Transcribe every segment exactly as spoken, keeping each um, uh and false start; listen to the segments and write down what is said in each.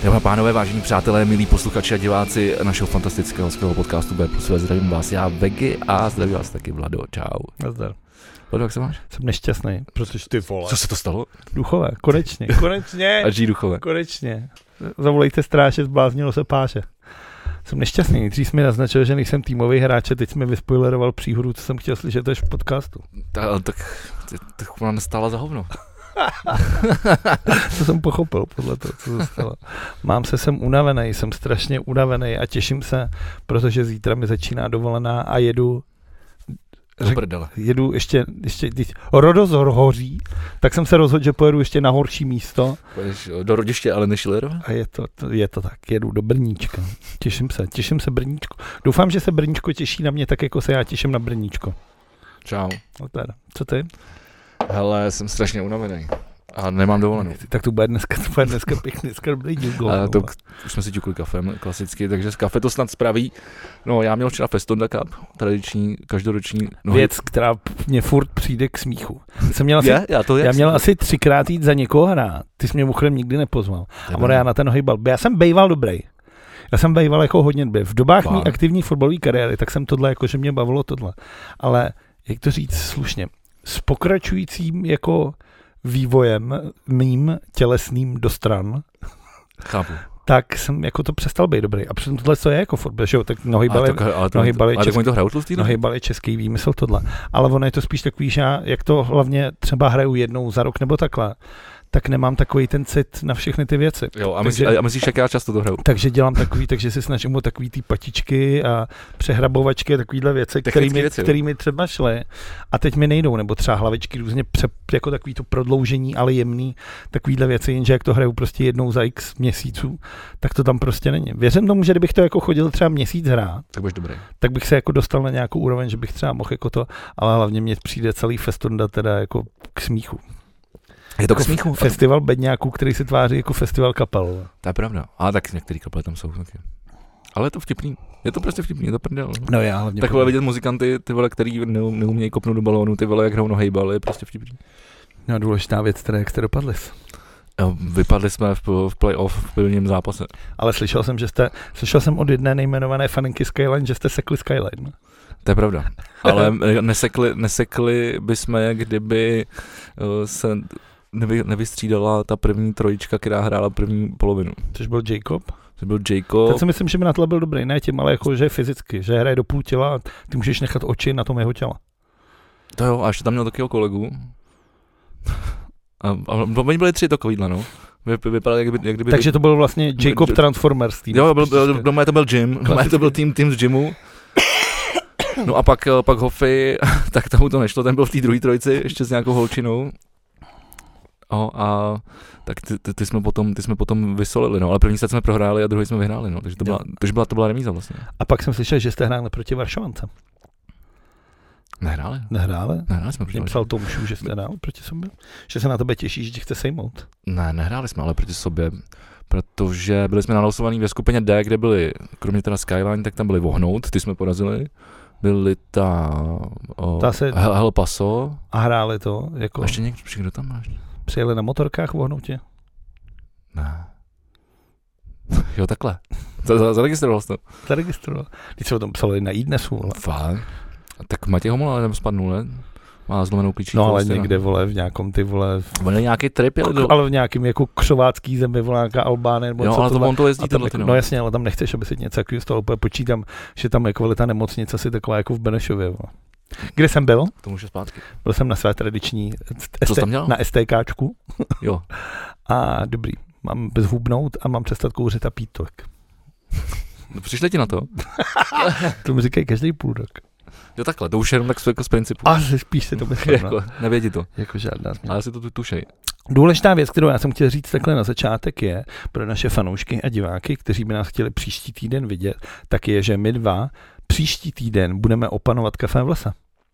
Dámy a pánové, vážení přátelé, milí posluchači a diváci našeho fantastického skvělého podcastu B plus V, zdravím vás já, Vegy, a zdravím vás taky Vlado, čau. Nazdar. Vlado, jak se máš? Jsem nešťastný, protože ty vole. Co se to stalo? Duchové, konečně, konečně, Až duchové. konečně. Zavolejte stráže, zbláznilo se páše. Jsem nešťastný, dřív mi naznačil, že nejsem týmový hráč, a teď jsi mi vyspoileroval příhodu, co jsem chtěl slyšet až v podcastu. Ta, tak to ona nestála za hovno. To jsem pochopil podle toho, co se stalo. Mám se, jsem unavený, jsem strašně unavený a těším se, protože zítra mi začíná dovolená a jedu Řek, jedu ještě, ještě když Rodozor hoří, tak jsem se rozhodl, že pojedu ještě na horší místo. Poješ do Rodiště, ale nešilerova? A je to, to, je to tak, jedu do Brníčka. Těším se, těším se Brníčko. Doufám, že se Brníčko těší na mě tak, jako se já těším na Brníčko. Čau. No teda, co ty? Hele, jsem strašně unavený. A nemám dovolenou. Tak to bude dneska, to bude dneska pěkný, dneska dobrý díl. A to, už jsme si ťukli kafem klasicky, takže z kafe to snad spraví. No, já měl včera Festonda Cup, tradiční, každoroční. No, věc, která mě furt přijde k smíchu. Jsem měl asi, je? Já, to je, já měl asi třikrát jít za někoho hrát. Ty jsi mě mimochodem nikdy nepozval. A ono já na ten hejbal. Já jsem bejval dobrý. Já jsem bejval jako hodně dobrý. V dobách mý aktivní fotbalové kariéry, tak jsem tohle, jako že mě bavilo tohle. Ale, jak to říct slušně, s pokračujícím jako vývojem mým tělesným do stran, chápu, tak jsem jako to přestal být dobrý. A přitom tohle co je jako fotbal, že jo, tak nohejbal je, český, český výmysl tohle. Ale ono je to spíš takový, že já, jak to hlavně třeba hraju jednou za rok nebo takhle, tak nemám takový ten cit na všechny ty věci. Jo, a, myslí, takže, a myslíš, jak já často to hraju? Takže dělám takový, takže si snažím o takový ty patičky a přehrabovačky a takovýhle věci, kterými, věci, kterými třeba šly a teď mi nejdou, nebo třeba hlavičky různě pře, jako takový to prodloužení, ale jemný, takovýhle věci, jenže jak to hraju prostě jednou za x měsíců, tak to tam prostě není. Věřím tomu, že kdybych to jako chodil třeba měsíc hrát, tak budeš dobrý. Tak bych se jako dostal na nějakou úroveň, že bych třeba mohl jako to, ale hlavně mě přijde celý Festonda teda jako k smíchu. Je to k smíchu? Festival bedňáků, který se tváří jako festival kapel. To je pravda. A tak některé kapely tam jsou taky. Ale je to vtipný. Je to prostě vtipný, je to prdel. No já hlavně. Takhle vidět muzikanty, ty vole, který neumějí kopnout do balónu, ty vole, jak hrajou nohejbal, je prostě vtipný. No důležitá věc, teda jak jste dopadli. Vypadli jsme v, v play-off v prvním zápase. Ale slyšel jsem, že jste, slyšel jsem od jedné nejmenované faninky Skyline, že jste sekli Skyline. To je pravda. Ale nesekli, nesekli bychom je, kdyby se nevy, nevystřídala ta první trojička, která hrála první polovinu. Což byl Jacob? To byl Jacob. Teď si myslím, že by na tohle byl dobrý, ne tím, ale jako, že fyzicky, že hraje do půl těla a ty můžeš nechat oči na tom jeho těla. To jo, a ještě tam měl takového kolegu. A, a oni byli tři takovýhle, no. Vy, vypadali, jak by, jak kdyby... Takže to byl vlastně Jacob by, Transformers tým. Jo, byl, byl, doma to byl Jim, doma to byl tým, tým z Jimu. No a pak, pak Hoffy, tak tomu to nešlo, ten byl v té druhé trojici, ještě s nějakou holčinou. O, a tak ty, ty, ty, jsme potom, ty jsme potom vysolili, no, ale první set jsme prohráli a druhý jsme vyhráli, no, takže to byla, takže byla, to byla remíza vlastně. A pak jsem slyšel, že jste hráli proti Varšavance. Nehráli. Nehráli? Nehráli jsme proti Varšavance. Psal Tomšu, že jste hráli proti sobě? Že se na tebe těší, že tě chce sejmout? Ne, nehráli jsme, ale proti sobě, protože byli jsme nalosovaní ve skupině D, kde byli, kromě teda Skyline, tak tam byli Vohnout, ty jsme porazili. Byli ta, o, ta se... Hel, Hel Paso. A hráli to? Jako... A ještě někdo, kdo tam máš? Přijeli na motorkách Vohnoutě? Ne. Jo, takhle. Zaregistroval jsi to? Zaregistroval. Když se o tom psali na iDnesu, vole. Fakt? A tak Matěj Homola tam spadnul, ne? Má zlomenou klíčíku. No ale někde, vole, v nějakom ty, vole... On je nějaký trip, jeli do... Ale v nějakým jako křovácký zemi, vole, nějaká Albánie, nebo jo, co ale to on to jezdí tam, jako, no jasně, ale tam nechceš, aby si něco takového stalo, úplně počítám, že tam je kvalita nemocnice asi taková jako v Benešově, vole. Kde jsem byl? To může zpátky. Byl jsem na své tradiční Co jsi tam měl? Na STKčku. Jo. A dobrý, mám bezhubnout a mám přestat kouřit a pít tolik. No, přišli ti na to? To mi říkají každý půl rok. Jo takhle, to už je jenom tak jako z principu. A spíš si to myslím. Jako, nevědí to. Jako žádná změna. Ale si to tu tušej. Důležitá věc, kterou já jsem chtěl říct takhle na začátek je, pro naše fanoušky a diváky, kteří by nás chtěli příští týden vidět, tak je, že my dva příští týden budeme opanovat Kafe v lese.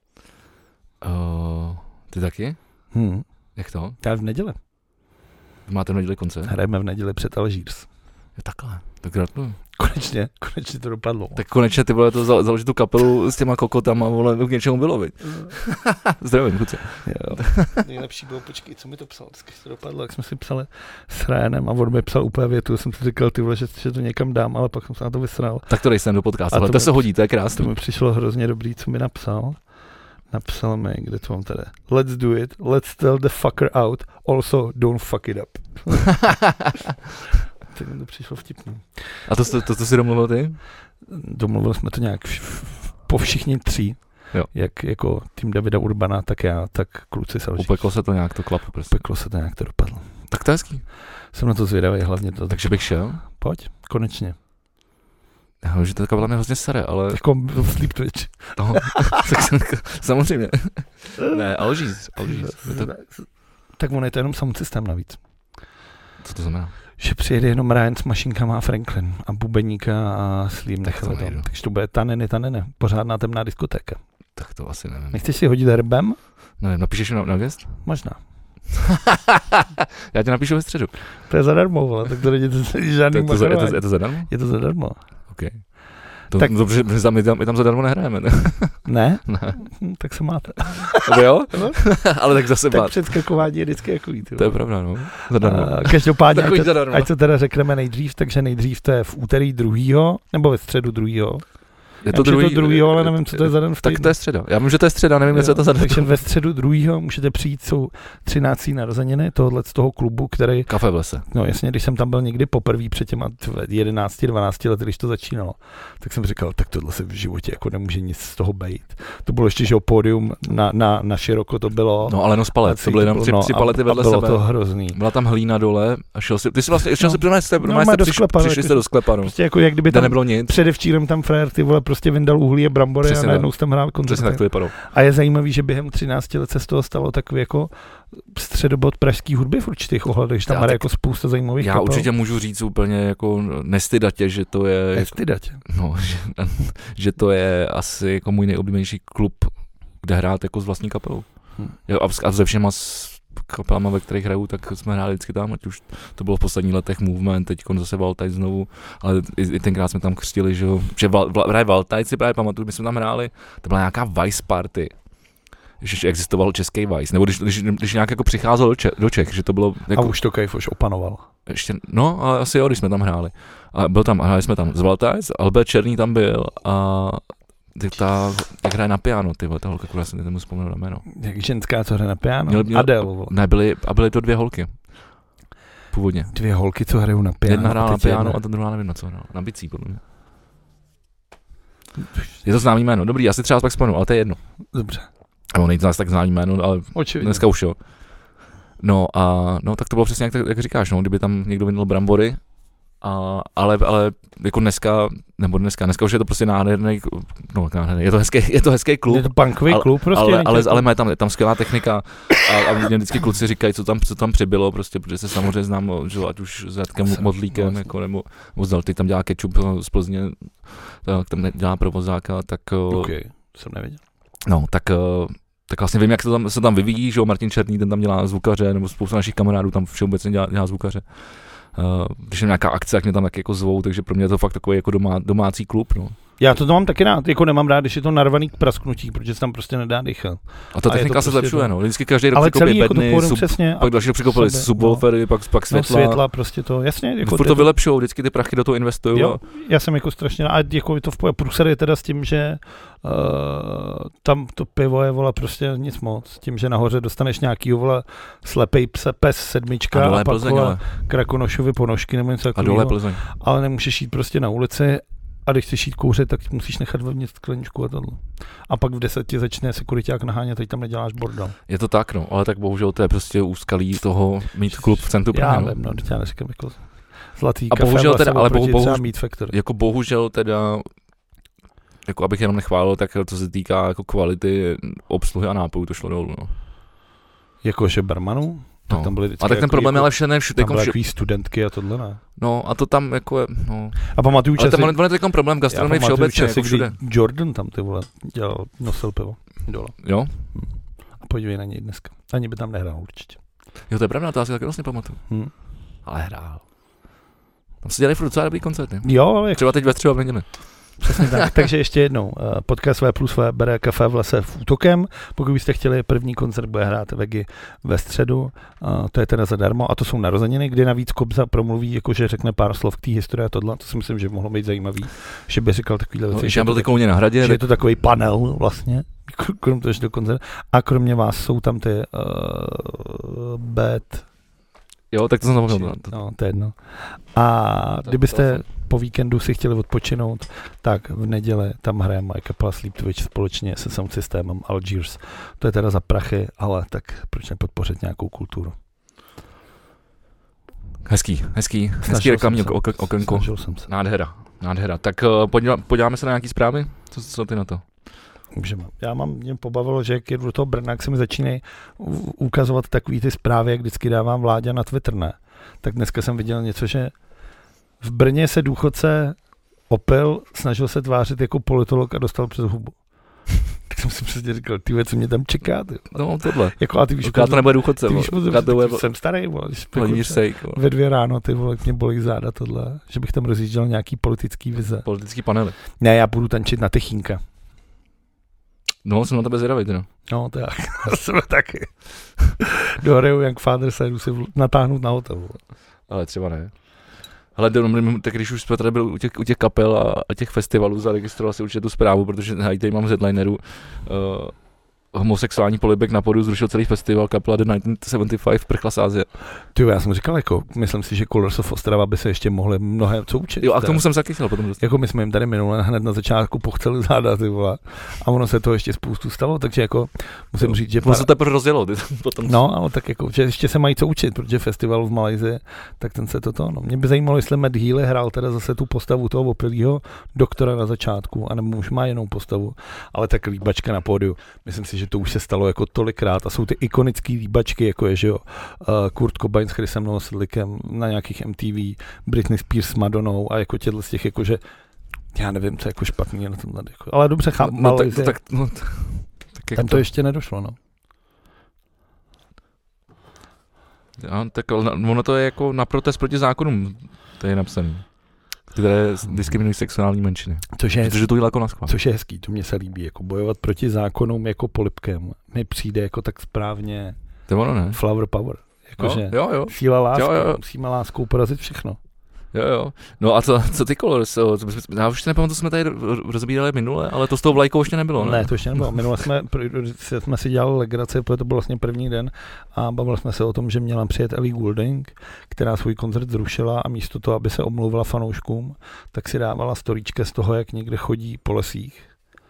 Uh, ty taky? Hmm. Jak to? Já v neděli. Máte v neděli koncert? Hrajeme v neděli před Algiers. Jo takhle, tak gratuluju. Konečně, konečně to dopadlo. Tak konečně ty vole to zalo, založit tu kapelu s těma kokotama, vole, k něčemu bylo, viď. Zdravím, kluci. Jo. Nejlepší bylo, počkej, co mi to psal, dneska to dopadlo, jak jsme si psali s Ryanem a on mi psal úplně větu, jsem si říkal, ty vole, že, že to někam dám, ale pak jsem se na to vysral. Tak to dej sem do podcastu, ale to, to se hodí, to je krásný. To mi přišlo hrozně dobrý, co mi napsal. Napsal mi, kde to mám tady. Let's do it, let's tell the fucker out, also don't fuck it up. Tak mi to přišlo vtipný. A to, to, to, to si domluvil ty? Domluvili jsme to nějak v, v, po všichni tři. Jo. Jak jako tým Davida Urbana, tak já, tak kluci Salžík. Upeklo se to nějak, to klapu prostě. Upeklo se to nějak, to dopadlo. Tak to je hezký. Jsem na to zvědavý, hlavně to. Takže bych šel? Pojď, konečně. Já, že to kapela mě hrozně sere, ale... Jako Sleep Twitch. No, samozřejmě. Ne, Alžíz. Alžíz. To... Tak on je to jenom sound systém navíc. Co to znamená? Že přijede jenom Ryan s mašinkama a Franklin a bubeníka a Slim nechali tam. Takže to bude taneny, tanene. Pořádná temná diskotéka. Tak to asi nevím. Nechceš si hodit herbem? Nevím, napíšeš na, na věst? Možná. Já tě napíšu ve středu. To je zadarmo, vole, tak to není žádný to, to, je, to, je to zadarmo? Je to zadarmo. Okay. To, tak, dobře, my tam, my tam zadarmo nehrajeme, ne? Ne? Ne. Hm, tak se máte. To jo? Ale tak zase tak předskakování je vždycky jako jí. To je pravda, no. Zadarmo. Uh, každopádně, ať, zadarmo. ať to teda řekneme nejdřív, takže nejdřív to je v úterý druhýho nebo ve středu druhýho. Je to druhý, to druhýho, ale nevím, co to je za den v týdnu. Tak to je středa. Já vím, že to je středa, nevím, co to za den. Takže ve středu druhýho můžete přijít, jsou třinácté narozeniny tohohle z toho klubu, který... Kafe v lese. No jasně, když jsem tam byl někdy poprvé před těma jedenácti dvanácti lety, když to začínalo, tak jsem říkal, tak tohle se v životě jako nemůže nic z toho bejt. To bylo ještě, že o pódium na, na, na široko to bylo. No ale no z palet, to byly jenom tři, no, tři palety vedle bylo sebe. Bylo to hrozný. Byla tam hlína dole a šel si, ty jsi vlastně, šel no, si přinést, jste, no, jste do přiš, sklepa, přišli jste do sklepa, no. Prostě jako jak kdyby tam nebylo nic. Předevčírem tam frajer, ty vole, prostě vyndal uhlí a brambory. Přesně a najednou jsem hrál koncert. Tak to vypadalo. A je zajímavý, že během třinácti let se z toho stalo takový jako středobod pražský hudby v určitých ohledech, že tam má jako spousta zajímavých Já kapel. určitě můžu říct úplně jako nestydatě, že to je... Nestydatě. No, že, že to je asi jako můj nejoblíbenější klub, kde hrát jako s vlastní kapelou. Hmm. A se všema kapelama, ve kterých hraju, tak jsme hráli vždycky tam, ať už to bylo v posledních letech Movement, teď zase Valtajc znovu, ale i, i tenkrát jsme tam křtili, že, že val, právě Valtajc si právě pamatuju, my jsme tam hráli, to byla nějaká Vice Party, že existoval český Vice, nebo když, když, když nějak jako přicházel do Čech, do Čech, že to bylo... Jako, a už to Kejf už opanoval. Ještě, no, ale asi jo, když jsme tam hráli. A byl tam, hráli jsme tam z Valtajc, Albert Černý tam byl a ta, jak hraje na piano, ty vole, ta holka, která se nemůžu vzpomenout na jméno. Jak ženská, co hraje na piano? Měl, měl, Adele, vole. Ne, byly, a byly to dvě holky. Původně. Dvě holky, co hrajou na piano. Jedna hrála na piano a ta druhá nevím na co hrála. Na bicí, podle mě. Je to známý jméno, dobrý, já si třeba pak vzpomenu, ale to je jedno. Dobře. Nebo nejde nás tak známý jméno, ale očividně. Dneska už jo. No a no, tak to bylo přesně jak, jak říkáš, no, kdyby tam někdo vyndal brambory, a, ale, ale jako dneska, nebo dneska, dneska už je to prostě nádherný, no nádherný, je to hezký, je to hezký klub. Je to punkový klub prostě. Ale, ale, ale má tam, je tam skvělá technika a, a mě vždycky kluci říkají, co tam, co tam přibylo, prostě, protože se samozřejmě znám, že ať už s Jatkem Modlíkem, jako, nebo Vozdal, ty tam dělá ketchup z Plzně, tak tam dělá provozáka, tak... Okay, jsem nevěděl. No, tak... Tak vlastně vím, jak se to tam, se tam vyvíjí, že jo, Martin Černý, ten tam dělá zvukaře, nebo spousta našich kamarádů tam všeobecně dělá, dělá zvukaře. Uh, když je nějaká akce, tak mě tam tak jako zvou, takže pro mě je to fakt takový jako domá, domácí klub, no. Já to mám taky rád, jako nemám rád, když je to narvaný k prasknutí, protože se tam prostě nedá dýchat. A ta technika a se prostě zlepšuje, to... no. Vždycky každý rok překopí jako bedny, jako sub, přesně, pak další překopili subwoofery, no. pak, pak světla. No, světla, prostě to, jasně. Jako furt to vylepšou, vždycky ty prachy do toho investují. Jo, já jsem jako strašně rád, a jako je to v pohodě. Průser je teda s tím, že uh, tam to pivo je, vole, prostě nic moc. Tím, že nahoře dostaneš nějaký, vole, slepej pse, pes sedmička a, a pak, Plzeň, vole, Krakonošovy ponožky nebo něco takového. A dole Plzeň. Ale nemůžeš jít prostě na ulici. A když chceš jít kouřit, tak musíš nechat vevnitř skleničku a tohle. A pak v deseti začne sekuriťák nahánět, teď tam neděláš bordel. Je to tak, no, ale tak bohužel to je prostě úskalí toho mít klub v centru Prahy. Já vím, no, teď já neříkám jako zlatý a kafe, bohužel teda, ale bohužel, Meat Factory. Jako bohužel teda, jako abych jenom nechválil, tak co se týká jako kvality obsluhy a nápojů, to šlo dolů, no. Jakože barmanů? Tak no. Tam byly a tak ten jako, problém jako, ale všude, všude. Tam byly takový studentky a tohle, ne? No a to tam jako je, no. A pamatuju časy... Ale ten je ten problém gastronomie všeobecně, časy, jako všude. Jordan tam, ty vole, dělal, nosil pivo dole. Jo? Hmm. A podívej na něj dneska. Ani by tam nehrál určitě. Jo, to je pravda, to asi taky vlastně pamatuju. Hmm. Ale hrál. Se dělají furt docela dobrý koncerty. Jo, ale... Třeba teď ve středu a v neděli. Přesně tak. Takže ještě jednou, podcast V plus V bere kafe v lese v Útokem. Pokud byste chtěli, první koncert bude hrát Vegy ve středu, to je teda zadarmo a to jsou narozeniny, kdy navíc Kobza promluví, jakože řekne pár slov k té historii a tohle, to si myslím, že by mohlo být zajímavý, že by říkal takovýhle věci. No, že byl takovou na hradě. Že je to takový panel vlastně, krom toho, že do koncertu. A kromě vás jsou tam ty uh, bad... Jo, tak to jsem zapomněl. No, to je jedno. A kdybyste po víkendu si chtěli odpočinout, tak v neděli tam hraje My kapela Sleep Twitch společně se sound systémem Algiers. To je teda za prachy, ale tak proč nepodpořit nějakou kulturu? Hezký, hezký, hezký reklamní okénko. Nádhera, nádhera. Tak uh, podíváme se na nějaký zprávy? Co, co ty na to? Můžeme. Já mám, mě pobavilo, že jak jedu do toho Brna, jak se mi začínají ukazovat takový ty zprávy, jak vždycky dávám Vláďa na Twitter, ne? Tak dneska jsem viděl něco, že v Brně se důchodce opil, snažil se tvářit jako politolog a dostal přes hubu. Tak jsem si přesně říkal, ty co mě tam čeká, ty. No, tohle. Jako, a ty víš, Uká to nebude důchodce, ty víš, vole. To bude... Jsem starý, vole. Ve dvě ráno, ty vole, mě bolí záda tohle, že bych tam rozjížděl nějaký politický vize. Politický panely. Ne, já budu tančit na Techínka. No, jsem na tebe zvědavý, teda. No, tak, jsem taky. Dohraju Young Father Side si natáhnout na hotel. Ale třeba ne. Ale tak když už jsme tady byl u těch, u těch kapel a, a těch festivalů, zaregistroval si určitě tu zprávu, protože tady mám z headlineru uh, homosexuální polibek na podu zrušil celý festival, kapela The devatenáct set sedmdesát pět prchla z Ázie. Ty, já jsem říkal, jako, myslím si, že Colors of Ostrava by se ještě mohli mnohé co učit. Jo, a k tomu jsem se taky chtěl potom dostat. Jako my jsme jim tady minule hned na začátku pochceli záda, ty vole. A ono se to ještě spoustu stalo, takže jako musím říct, že... Ono se to teprve rozjelo, ty potom. No, ale tak jako, že ještě se mají co učit, protože festival v Malajzii, tak ten se toto, no. Mě by zajímalo, jestli Matt Healy hrál teda zase tu postavu toho opilýho doktora na začátku, anebo už má jinou postavu, ale tak líbačka na pódiu. Myslím si, že to už se stalo jako tolikrát a jsou ty ikonické líbačky, jako je, že jo, uh, Kurt Cobain s Chrisem Novosedlikem na nějakých M T V, Britney Spears s Madonou a jako těchto z těch, jakože já nevím, co je jako špatný na tom tady, jako, ale dobře, chápu, no, no, tak, tak, no, tak, tak tam to, to ještě nedošlo, no. Ja, tak ono to je jako na protest proti zákonům, to je napsaný. Které diskriminují sexuální menšiny. Což je, protože to je jako na schvál. Což je hezký, to mě se líbí, jako bojovat proti zákonům jako polibkem. Mi přijde jako tak správně to ono, ne? Flower power. Jakože jo, jo. síla lásky, jo, jo. musíme láskou porazit všechno. Jo, jo. No a co, co ty Colors? Já už si nepamatuji, co jsme tady rozbírali minule, ale to s tou vlajkou ještě nebylo, ne? Ne, to ještě nebylo. Minule jsme, jsme si dělali legraci, protože to byl vlastně první den a bavili jsme se o tom, že měla přijet Ellie Goulding, která svůj koncert zrušila a místo toho, aby se omluvila fanouškům, tak si dávala storíčka z toho, jak někde chodí po lesích.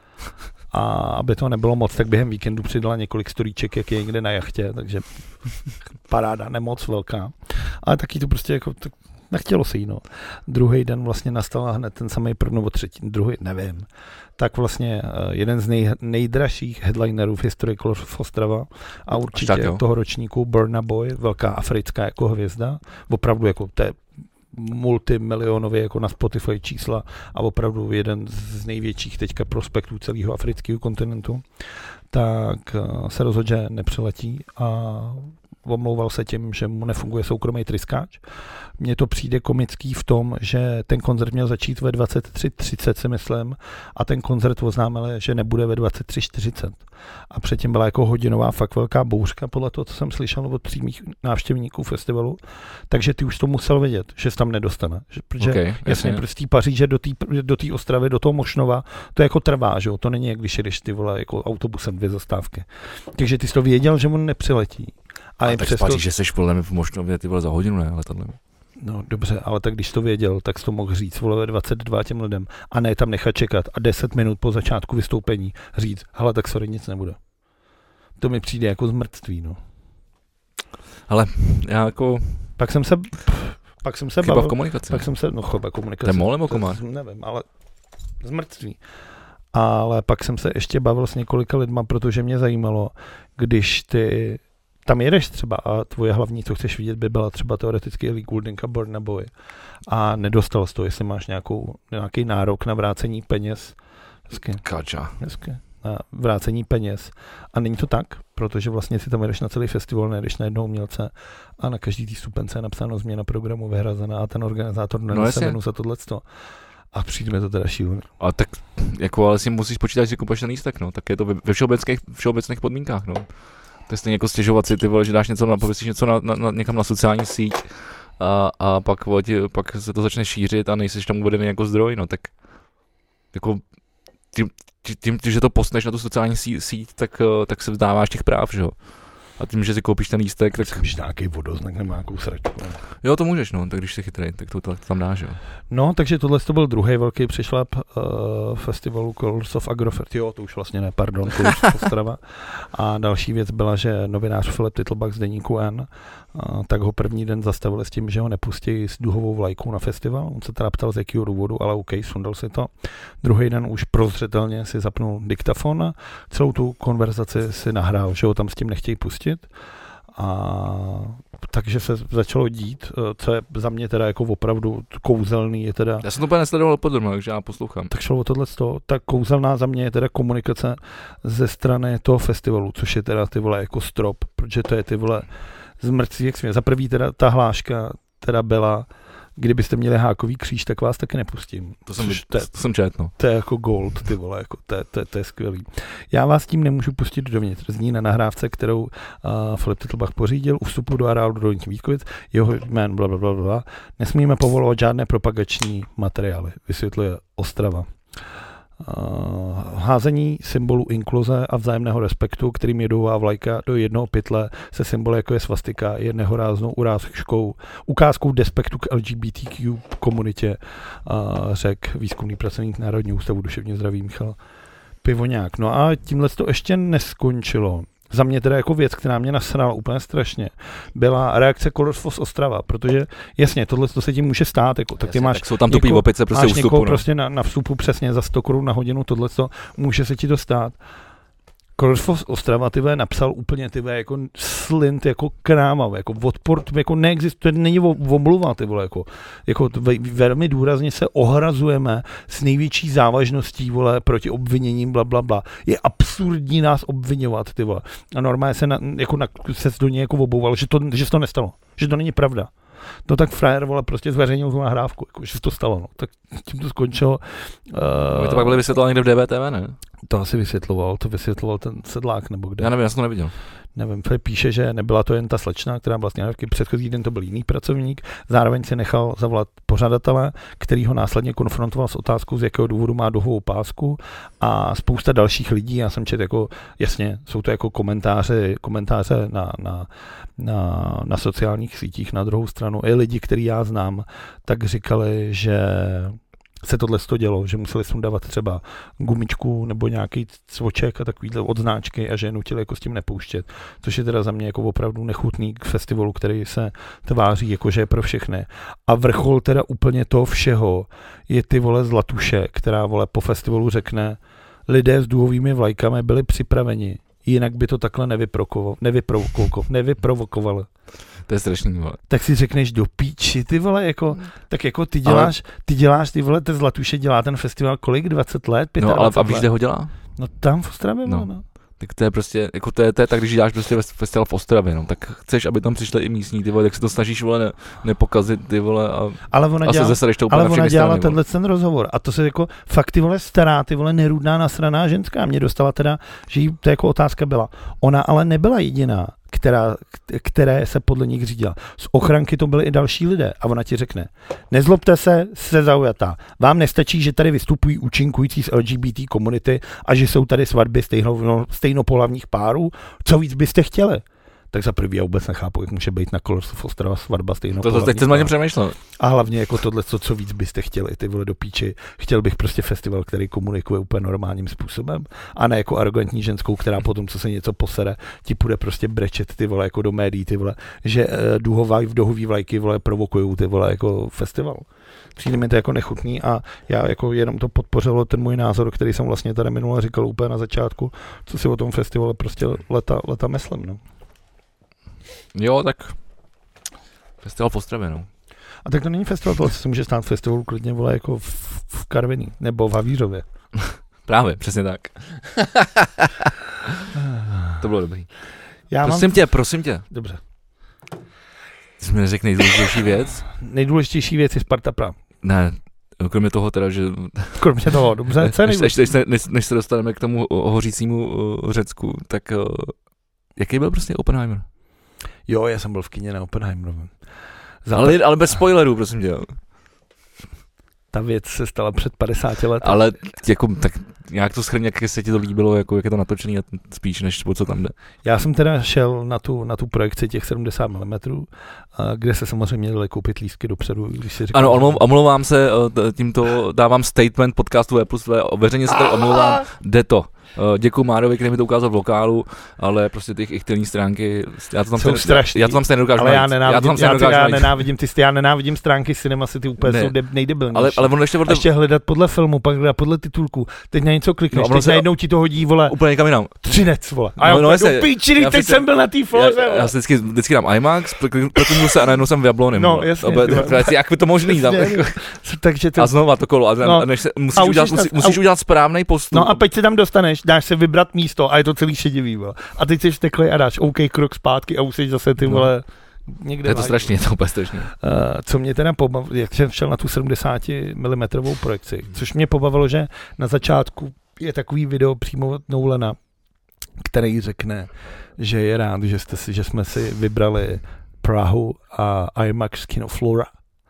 A aby to nebylo moc, tak během víkendu přidala několik storíček, jak je někde na jachtě, takže paráda, nemoc velká. Ale taky to prostě jako... Tak, nechtělo se jí, no. Druhý den vlastně nastal hned ten samý první nebo třetí, druhý, nevím. Tak vlastně uh, jeden z nej, nejdražších headlinerů v historii Colors of Ostrava a určitě tak, toho ročníku Burna Boy, velká africká jako hvězda, opravdu jako té multimilionově jako na Spotify čísla a opravdu jeden z největších teďka prospektů celého afrického kontinentu, tak uh, se rozhodl, že nepřeletí a omlouval se tím, že mu nefunguje soukromý tryskáč. Mně to přijde komický v tom, že ten koncert měl začít ve dvacet tři třicet, si myslím, a ten koncert oznámil, že nebude ve dvacet tři čtyřicet. A předtím byla jako hodinová fakt velká bouřka, podle toho, co jsem slyšel od přímých návštěvníků festivalu. Takže ty už to musel vědět, že se tam nedostane. Že, protože okay, jasně, prostě Paříže do té do té Ostravy, do toho Mošnova, to jako trvá, že jo? To není, jak když jedeš ty vole jako autobusem dvě zastávky. Takže ty jsi to věděl, že on nepřiletí. A, a tak přesto... Paříž, že seš podle mě v Mošnově, ty vole za hodinu, ne, ale tohle. No dobře, ale tak když to věděl, tak jsi to mohl říct vole ve dvacet dva těm lidem a ne tam nechat čekat a deset minut po začátku vystoupení říct, hele, tak sorry, nic nebude. To mi přijde jako zmrtví, no. Ale já jako... Pak jsem se... Pak jsem se chyba bavil, v komunikaci. Pak jsem se... No chyba komunikace. To je mol nebo komár? Nevím, ale zmrtví. Ale pak jsem se ještě bavil s několika lidma, protože mě zajímalo, když ty... Tam jedeš třeba a tvoje hlavní, co chceš vidět, by byla třeba teoreticky Ellie Goulding a Burna Boy a nedostal jsi to, jestli máš nějakou, nějaký nárok na vrácení peněz. Hezky. Kača. Hezky. na vrácení peněz. A není to tak, protože vlastně si tam jdeš na celý festival, nejdeš na jednoho umělce a na každý tý vstupence je napsáno změna programu vyhrazená a ten organizátor nenese vinu za tohleto. A přijde mi to teda šílený. A tak jako ale si musíš počítat, že kupuješ ten lístek, no, tak je to ve všeobecných, všeobecných podmínkách, no. To je stejně jako stěžovat si, ty vole, že dáš něco, na, pověsíš něco na, na, na, někam na sociální síť a, a pak, pak se to začne šířit a nejsiš tam uvedený jako zdroj, no, tak jako tím, tím, tím že to postneš na tu sociální síť, tak, tak se vzdáváš těch práv, že jo. A tím, že si koupíš ten lístek, tak... Můžeš nějaký vodoznak nebo nějakou sračku. Ne? Jo, to můžeš, no, tak když jsi chytrý, tak to, to, to tam dáš, jo. No, takže tohle to byl druhý velký přešlap uh, festivalu Colors of Agrofert. Jo, to už vlastně ne, pardon, Colors of Ostrava. A další věc byla, že novinář Filip Titlbach z deníku N, uh, tak ho první den zastavili s tím, že ho nepustí s duhovou vlajkou na festival. On se teda ptal z jakého důvodu, ale OK, sundal si to. Druhý den už prozřetelně si zapnul diktafon a celou tu konverzaci si nahrál, že ho tam s tím nechtějí pustit. A takže se začalo dít, co je za mě teda jako opravdu kouzelný, je teda... Já jsem to úplně nesledoval podrobně, takže já poslouchám. Tak šlo o tohleto, tak kouzelná za mě je teda komunikace ze strany toho festivalu, což je teda ty vole jako strop, protože to je ty vole zmrtví, jak smě. Za prvý teda ta hláška teda byla, kdybyste měli hákový kříž, tak vás taky nepustím. To jsem, to, to jsem čet, no. To je jako gold, ty vole, jako to, to, to je skvělý. Já vás tím nemůžu pustit dovnitř. Zní na nahrávce, kterou uh, Filip Titlbach pořídil u vstupu do areálu do Dolních Vítkovic, jeho jmén blablabla. Bla, bla, bla. Nesmíme povolovat žádné propagační materiály, vysvětluje Ostrava. Uh, házení symbolů inkluze a vzájemného respektu, kterým je duhová vlajka do jednoho pytle se symboly jako je svastika, je nehoráznou urážkou, ukázkou despektu k L G B T Q komunitě, uh, řekl výzkumný pracovník Národního ústavu duševního zdraví Michal Pivoňák. No a tímhle to ještě neskončilo. Za mě teda jako věc, která mě nasrala úplně strašně, byla reakce Colors of Ostrava, protože jasně, tohle to se tím může stát, jako, tak ty jasně, máš, tak jsou tam tupý opice prostě máš u vstupu, někoho no. prostě na, na vstupu přesně za sto korun na hodinu, tohle to může se ti to stát. Colors of Ostrava tyve napsal úplně tyve jako slint, jako kráma, jako odpor, jako neexistuje, není omluva, ty vole, jako, jako velmi důrazně se ohrazujeme s největší závažností, vole, proti obviněním, bla, bla, bla. Je absurdní nás obvinovat, ty vole. A normálně se, na, jako na, se do něj jako obouval, že to, že se to nestalo, že to není pravda. No tak frajer, vole, prostě zveřejnil tu nahrávku, jako, že se to stalo, no. Tak tím to skončilo. Uh, to pak byly vysvětlovat někde v D V T V, ne? To asi vysvětloval, to vysvětloval ten Sedlák, nebo kde. Já nevím, já jsem to neviděl. Nevím, píše, že nebyla to jen ta slečna, která vlastně nahrávky, předchozí den to byl jiný pracovník, zároveň si nechal zavolat pořadatele, který ho následně konfrontoval s otázkou, z jakého důvodu má duhovou pásku a spousta dalších lidí, já jsem četl jako, jasně, jsou to jako komentáře, komentáře na, na, na, na sociálních sítích, na druhou stranu i lidi, který já znám, tak říkali, že se tohle to dělo, že museli sundávat třeba gumičku nebo nějaký cvoček a takovýhle odznáčky a že je nutili jako s tím nepouštět, což je teda za mě jako opravdu nechutný k festivalu, který se tváří jako, že je pro všechny. A vrchol teda úplně toho všeho je ty vole Zlatuše, která vole po festivalu řekne, lidé s duhovými vlajkami byli připraveni, jinak by to takhle nevyprovokovalo. nevyprovokovalo. To je strašný, vole. Tak si řekneš do píči, ty vole, jako, tak jako ty děláš, ale... ty děláš, ty vole, ten Zlatuše dělá ten festival kolik, dvacet let, pětadvacet No, ale a víš, kde ho dělá? No tam v Ostravě, no. no. Tak to je prostě, jako to je, to je tak, když děláš prostě festival v Ostravě, no, tak chceš, aby tam přišli i místní, ty vole, tak se to snažíš, vole, ne, nepokazit, ty vole, a, ale ona a dělala, se zesereš to úplně ale na všechny ona dělala strany, tenhle ten rozhovor a to se jako fakt ty vole stará, ty vole nerudná nasraná ženská, mě dostala teda, že jí to jako otázka byla. Ona ale nebyla jediná, která, které se podle nich řídila. Z ochranky to byly i další lidé a ona ti řekne, nezlobte se, jste zaujatá. Vám nestačí, že tady vystupují účinkující z L G B T komunity a že jsou tady svatby stejno, stejnopohlavních párů. Co víc byste chtěli? Tak za prvý já vůbec nechápu, jak může být na Colors of Ostrava svatba stejnopohlavních. To teď jsem na něm přemýšlel. A hlavně jako tohle, co, co víc byste chtěli, ty vole do píči. Chtěl bych prostě festival, který komunikuje úplně normálním způsobem a ne jako arrogantní ženskou, která potom, co se něco posere, ti půjde prostě brečet, ty vole, jako do médií, ty vole, že uh, duhová, duhový vlajky, vole, provokujou, ty vole, jako festival. Přijde mi to jako nechutný a já jako jenom to podpořilo ten můj názor, který jsem vlastně tady minule říkal úplně na začátku, co si o tom festivalu prostě leta, leta myslím, no. Jo, tak festival v Ostravě, no. A tak to není festival, to se může stát festivalu klidně, vole, jako v, v Karviní, nebo v Havířově. Právě, přesně tak. To bylo dobrý. Já prosím mám... tě, prosím tě. Dobře. Ty jsi mi neřekl nejdůležitější věc? Nejdůležitější věc je Sparta Praha. Ne, kromě toho teda, že... Kromě toho, dobře, co je než, než, než, než se dostaneme k tomu hořícímu uh, Řecku, tak uh, jaký byl prostě Oppenheimer? Jo, já jsem byl v kině na Oppenheimerovém. Ale, ale bez spoilerů, prosím tě. Ta věc se stala před padesáti lety. Ale jako, tak nějak to shrň, jak se ti to líbilo, jako, jak je to natočený, spíš než o co tam jde. Já jsem teda šel na tu, na tu projekci těch sedmdesát milimetrů, kde se samozřejmě dali koupit lístky dopředu. Když si říkám, ano, omlouvám se, tímto dávám statement podcastu V plus V, veřejně se tady omlouvám, jde to. Děkuju Márovi, který mi to ukázal v lokálu, ale prostě ty jejich tylní stránky, já to tam jsou strašný. Já to tam stejně nedokážu ale já nenávidím, já, já, já nenávidím ty, já nenávidím stránky Cinema City, úplně ne. Jsou de, nejdebilnější. Ale, ale ono ještě, a ještě hledat podle filmu, pak hledat podle titulku, teď na něco klikneš, no, teď se najednou ti to hodí, vole, úplně někam jinam. Třinec, vole. A no, já no, do píčiny, teď jsem byl na té floře. Já, já si vždycky, vždycky dám IMAX, prokliknu se a najednou jsem v Jabloném. No, jasně. Jak by to možný tam. Takže a znova to kolo, a musíš udělat správný postup. No a teď se tam dostaneš, dáš se vybrat místo a je to celý šedivý, vole. A teď jsi vteklej a dáš OK, krok zpátky a už jsi zase ty, vole, někde. Je to strašně, je to úplně strašně. Uh, co mě teda pobavilo, jak jsem šel na tu sedmdesát milimetrů projekci, což mě pobavilo, že na začátku je takový video přímo od Nolana, který řekne, že je rád, že, jste si, že jsme si vybrali Prahu a IMAX Kino Flora.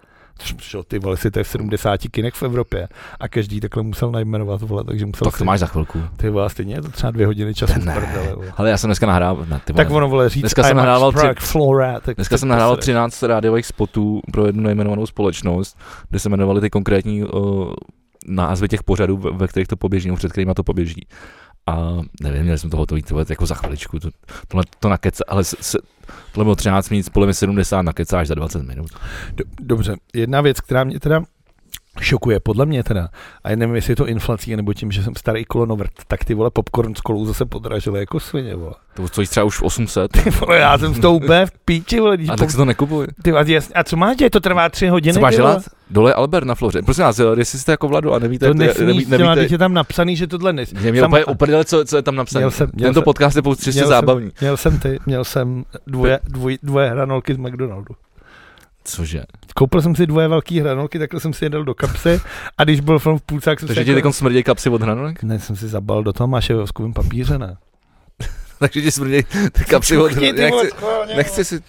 Čo, ty vole, si to je v sedmdesáti kinech v Evropě a každý takhle musel najmenovat, vole, takže musel tak to si... máš za chvilku. Ty vole, stejně je to třeba dvě hodiny času. Ne, ale já jsem dneska nahrával. Ne, ty vole. Tak ono, vole, říct dneska jsem nahrával, tři... Flora, tak dneska jsem nahrával třináct rádiových spotů pro jednu nejmenovanou společnost, kde se jmenovaly ty konkrétní uh, názvy těch pořadů, ve kterých to poběží, před kterýma to poběží. A nevím, měli jsme to hotový to jako za chviličku, to, tohle to nakeca, ale se, se, tohle bylo třináct minut, spolem je sedmdesát, nakecáš za dvacet minut. Dobře, jedna věc, která mě teda šokuje, podle mě teda, a nevím, jestli je to inflací, nebo tím, že jsem starý kolonovrt, tak ty vole popcorn s kolou zase podražily jako svině, vole. To stojí třeba už osm set. Ty vole, já jsem s tou úplně v píči, vole. A tak se to nekupuje. Ty, a, jasně, a co máte, to trvá tři hodiny? Co máš dělat? Dole Albert na Floře. Prosím vás, jestli jste jako Vladu a nevíte... To nesmíš nevíte, dělat, když je tam napsaný, že tohle nes... Mě měl úplně uprdele, co, co je tam napsaný. Měl jsem, měl Tento jsem, podcast je pouze čistě zábavný. Měl jsem ty, měl jsem dvoje, dvoj, dvoje hranolky z McDonaldu. Cože? Koupil jsem si dvoje velké hranolky, takhle jsem si je dal do kapsy a když byl film v půlce, tak jsem Takže ti jako... smrdí kapsy od hranolek? Ne, jsem si zabal do toho máševovskovým papíře, ne. Takže ti smrdí ty kapsy od hranolek. Nechci, nechci si...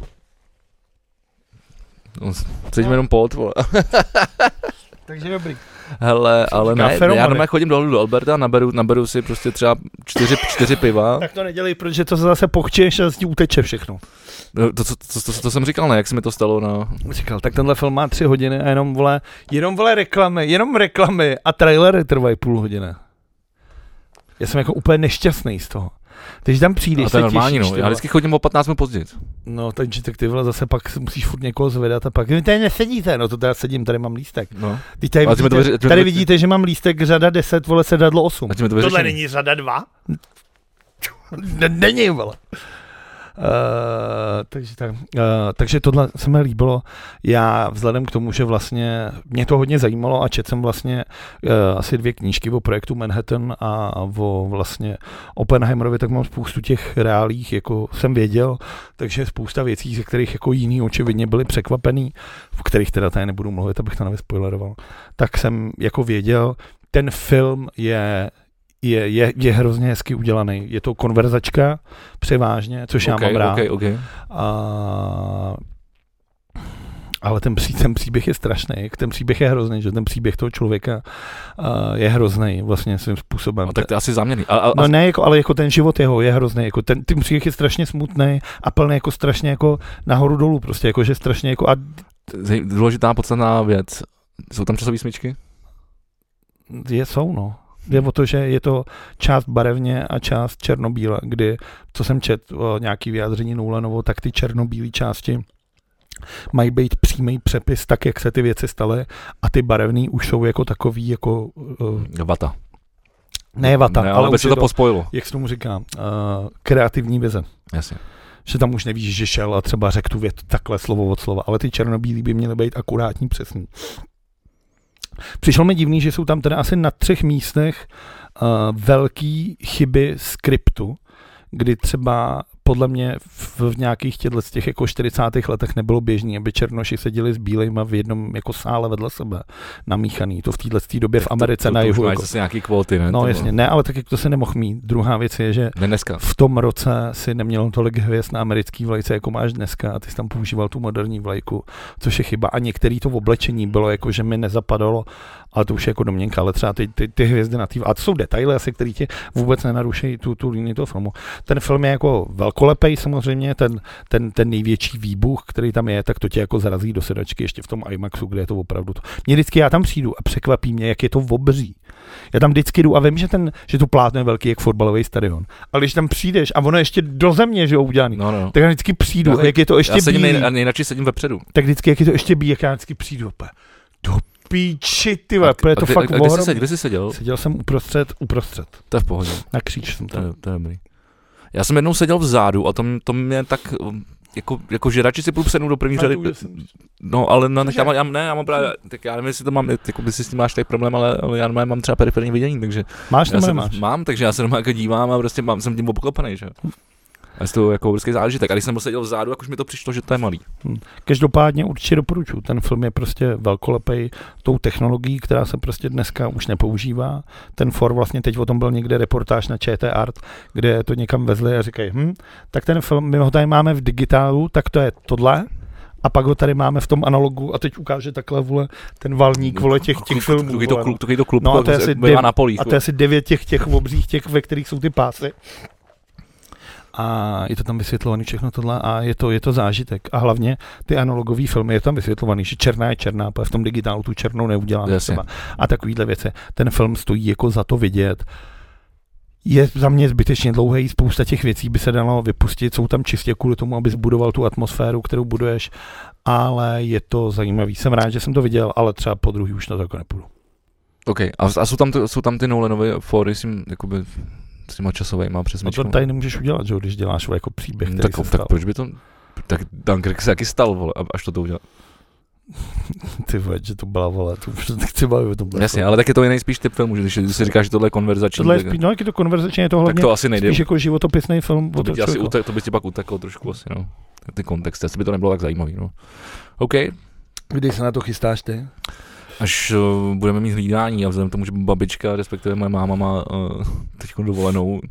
No, cítím jenom pot, vole. Takže dobrý. Hele, ale ne, já normálně chodím dolů do Alberta, naberu, naberu si prostě třeba čtyři, čtyři piva. Tak to nedělej, protože to zase pochčeš a z ní uteče všechno. To, to, to, to, to, to jsem říkal, ne, jak se mi to stalo na... Říkal, tak tenhle film má tři hodiny a jenom vole, jenom vole reklamy, jenom reklamy a trailery trvají půl hodiny. Já jsem jako úplně nešťastný z toho. Když tam přijdeš, a to je normální, no. Já vždycky chodím o patnáct minut později. No, takže tak ty vole zase pak musíš furt někoho zvedat a pak vy tady nesedíte, no to teda sedím, tady mám lístek. No. Teď tady, vidíte, vyři, tady vidíte, že mám lístek řada deset, vole sedadlo osm. To Tohle není řada dva? Není, vole. Uh, takže, tak, uh, takže tohle se mi líbilo. Já vzhledem k tomu, že vlastně mě to hodně zajímalo a četl jsem vlastně uh, asi dvě knížky o projektu Manhattan a o vlastně Oppenheimerovi, tak mám spoustu těch reálích, jako jsem věděl, takže spousta věcí, ze kterých jako jiní očividně byli překvapený, v kterých teda tady nebudu mluvit, abych to nevyspoileroval, tak jsem jako věděl, ten film je Je, je, je hrozně hezky udělaný. Je to konverzačka převážně, což okay, já mám rád. Okay, okay. A, ale ten, pří, ten příběh je strašný. Ten příběh je hrozný, že ten příběh toho člověka uh, je hrozný vlastně svým způsobem. No, tak to je asi záměrný. A, a, no ne, jako, ale jako ten život jeho je hrozný. Jako ten, ten příběh je strašně smutný a plný jako strašně jako nahoru dolů. Prostě jako, že strašně jako... A... Důležitá podstatná věc. Jsou tam časové smyčky? Je, jsou, no. Jde o to, že je to část barevně a část černobíle, kdy, co jsem četl o nějaký vyjádření Nolanovo, tak ty černobílé části mají být přímý přepis tak, jak se ty věci staly a ty barevný už jsou jako takový jako... Uh, vata. Ne vata, ne, ale, ale už se to, to pospojilo. Jak se tomu říká, uh, kreativní vize. Jasně. Že tam už nevíš, že šel a třeba řekl tu větu takhle slovo od slova, ale ty černobílý by měly být akurátní, přesný. Přišlo mi divný, že jsou tam teda asi na třech místech uh, velký chyby skriptu, kdy třeba podle mě v, v nějakých těchto z těch jako čtyřicátých letech nebylo běžný, aby černoši seděli s bílejma v jednom jako sále vedle sebe namíchaný. To v této době v Americe to, to, na to jihu. Máš jako, zase nějaký kvóty, ne? No to jasně, ne, ale tak jak to se nemohl mít. Druhá věc je, že dneska. v tom roce si neměl tolik hvězd na americký vlajce, jako máš dneska, a ty jsi tam používal tu moderní vlajku, což je chyba. A některý to v oblečení bylo jako, že mi nezapadalo, ale to už je jako domněnka, ale třeba ty, ty, ty hvězdy na té. A to jsou detaily asi, které ti vůbec nenaruší tu, tu linii toho filmu. Ten film je jako velkolepej samozřejmě, ten, ten, ten největší výbuch, který tam je, tak to tě jako zarazí do sedačky ještě v tom IMAXu, kde je to opravdu to. Mě vždycky já tam přijdu a překvapí mě, jak je to obří. Já tam vždycky jdu a vím, že, ten, že to plátno je velký jak fotbalový stadion. Ale když tam přijdeš a ono ještě do země, že jo, udělaný, no, no. tak já vždycky přijdu, já, jak je to ještě já sedím bílý. Nej, nejradši sedím vepředu. Tak vždycky, jak je to ještě bílý, jak já vždycky přijdu opět. Do píči, ty vole, je to kdy, fakt a kde, jsi, kde jsi seděl? Seděl jsem uprostřed, uprostřed. To je v pohodě. Na kříž jsem to. To, to je dobrý. Já jsem jednou seděl vzadu a to, to mě tak, jako, jako že radši si půjdu sednout do první řady. No, ale no, já, mám, já, ne, já mám právě, tak já nevím, jestli to mám, jako by si s tím máš tady problém, ale, ale já normálně mám třeba periferní vidění, takže. Máš nebo nemáš? Mám, takže já se normálně jako dívám a prostě mám, jsem tím obklopený, že jo. A je to jako vždycky zážitek. A když jsem seděl vzadu, tak už mi to přišlo, že to je malý. Hmm. Každopádně určitě doporučuji. Ten film je prostě velkolepej tou technologií, která se prostě dneska už nepoužívá. Ten for vlastně teď o tom byl někde reportáž na Č T Art, kde to někam vezli a říkají, hm, tak ten film, my ho tady máme v digitálu, tak to je tohle. A pak ho tady máme v tom analogu a teď ukáže takhle, vole, ten valník, vole, těch, těch filmů. Tuky to klub, no a to je asi dev, na polích. A to je asi devět těch, těch obřích, těch, ve kterých jsou ty pásy. A je to tam vysvětlovaný všechno tohle a je to, je to zážitek. A hlavně ty analogové filmy je tam vysvětlovaný, že černá je černá, protože v tom digitálu tu černou neuděláme třeba. A takovýhle věci. Ten film stojí jako za to vidět. Je za mě zbytečně dlouhý, spousta těch věcí by se dalo vypustit, jsou tam čistě kvůli tomu, aby zbudoval tu atmosféru, kterou buduješ, ale je to zajímavý. Jsem rád, že jsem to viděl, ale třeba po druhý už na to jako nepůjdu. OK. A, a jsou, tam, jsou tam ty Nolanové fóry s tím, jakoby s těma časovejma přesmičkama. No to tady nemůžeš udělat, že, když děláš jako příběh, který tak, se tak stal. proč by to, tak Dunkirk se taky stal, vole, až to to udělal. Ty vole, že to byla, vole, to už nechci bavit o tom. Jasně, ale taky to je nejspíš typ filmu, že když, když si říkáš, že tohle je konverzační. Tohle je spíš, no, jak je to konverzační, je to hlavně tak to asi nejde. spíš jako životopisný film. To by, ti asi utek, to by ti pak uteklo trošku asi, no. Ty kontexty, asi by to nebylo tak zajímavý, no. OK. Kdy se na to chystáš ty? Až uh, budeme mít hlídání a vzhledem k tomu, že babička, respektive moje máma má uh, teď dovolenou uh,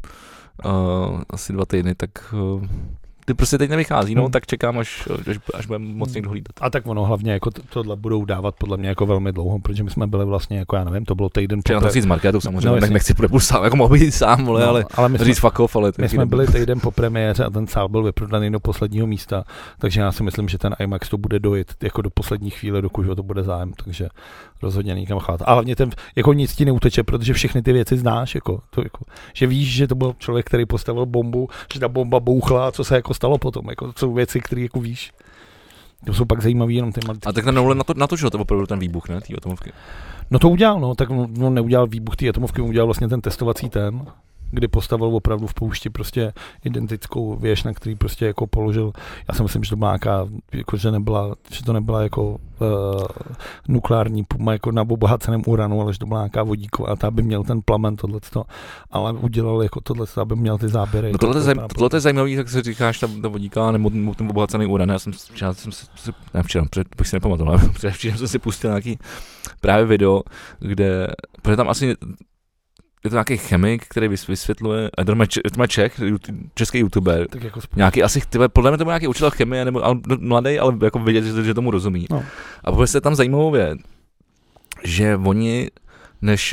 asi dva týdny, tak uh, ty prostě teď nevychází, no, hmm. tak čekám, až, až, až budeme moc někdo hlídat. A tak ono hlavně jako tohle budou dávat podle mě jako velmi dlouho, protože my jsme byli vlastně jako, já nevím, to bylo týden poprvé. Já to chci z marketu samozřejmě, no, nechci půjdu sám, jako mohl být sám, vole, no, ale, ale říct jsme, fuck off, ale... My jsme byli týden po premiéře a ten sál byl vyprodaný do posledního místa, takže já si myslím, že ten IMAX to bude dojít jako do poslední chvíle, dokud to bude zájem, takže rozhodně nikam chát. A hlavně ten, jako nic ti neuteče, protože všechny ty věci znáš, jako, to, jako, že víš, že to byl člověk, který postavil bombu, že ta bomba bouchla, co se jako stalo potom, jako to jsou věci, které jako víš. To jsou pak zajímavý jenom ty maličky. A tak ten Nolan na to, natočil to opravdu ten výbuch, ne, té atomovky? No to udělal, no, tak no, neudělal výbuch té atomovky, udělal vlastně ten testovací ten, kdy postavil opravdu v poušti prostě identickou věž, na který prostě jako položil, já si myslím, že to byla nějaká, jako, že, nebyla, že to nebyla jako uh, nukleární puma jako na obohaceném uranu, ale že to byla nějaká vodíková a ta by měl ten plamen tohleto, ale udělal jako tohleto, aby měl ty záběry. No tohle, zaj, tohle je zajímavý, tak se říkáš, ta, ta vodíková nebo ten obohacený uran, já jsem, já jsem si, ne včera, před, bych si nepamatoval, ale včera jsem si pustil nějaký právě video, kde, protože tam asi je to nějaký chemik, který vysvětluje, a to má Čech, český youtuber, jako nějaký asi, tyhle, podle mě to byl nějaký učitel chemie, nebo ale, mladý, ale jako vidět, že, že tomu rozumí. No. A vůbec je tam zajímavou věc, že oni, než,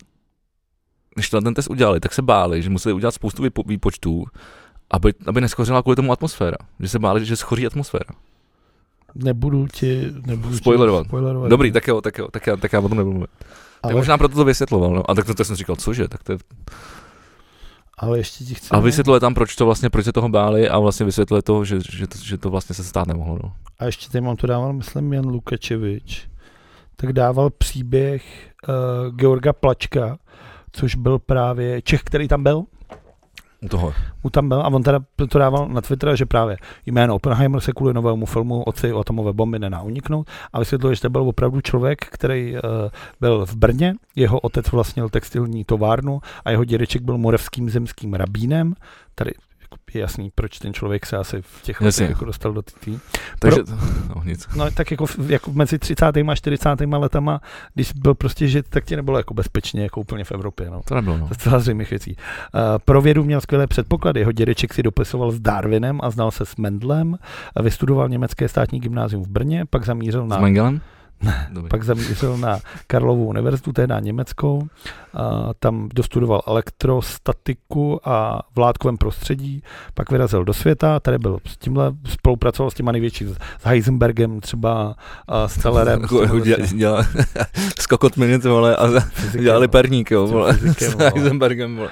než ten test udělali, tak se báli, že museli udělat spoustu výpo, výpočtů, aby, aby neschořila kvůli tomu atmosféra. Že se báli, že schoří atmosféra. Nebudu ti, nebudu spoilerovat. Ti spoilerovat. Dobrý, tak jo, tak jo, tak já, tak já o tom nebudu mluvit. Ale... Tak možná proto to vysvětloval, no. A tak to, to jsem říkal, cože, tak to je... Ale ještě ti chci... A vysvětluje tam, proč to vlastně, proč se toho báli a vlastně vysvětluje to, že, že, to, že to vlastně se stát nemohlo, no. A ještě tady mám to dával, myslím, Jan Lukačevič, tak dával příběh uh, Georga Plačka, což byl právě Čech, který tam byl. U toho. U tam byl a on teda to dával na Twitter, že právě jméno Oppenheimer se kvůli novému filmu Otci o atomové bomby nedá uniknout a vysvětluje, že to byl opravdu člověk, který uh, byl v Brně, jeho otec vlastnil textilní továrnu a jeho dědeček byl moravským zemským rabínem. Tady je jasný, proč ten člověk se asi v těch letech jako dostal do té. Takže Pro, no, nic. No tak jako, jako mezi třicátými a čtyřicátými letama, když byl prostě žít, tak ti nebylo jako bezpečně, jako úplně v Evropě. No. To nebylo, no. To je celá zřejmých věcí. Uh, pro vědu měl skvělé předpoklady. Jeho dědeček si dopisoval s Darwinem a znal se s Mendlem. Vystudoval německé státní gymnázium v Brně, pak zamířil na... S Mengelem? Ne, pak zamířil na Karlovu univerzitu, tehdy německou. Uh, tam dostudoval elektrostatiku a v látkovém prostředí, pak vyrazil do světa, tady byl s tímhle, spolupracoval s těma největší, s Heisenbergem třeba, uh, s Tellerem. Dělal skokot minute, vole, a dělali perník, jo, vole, s Heisenbergem, vole.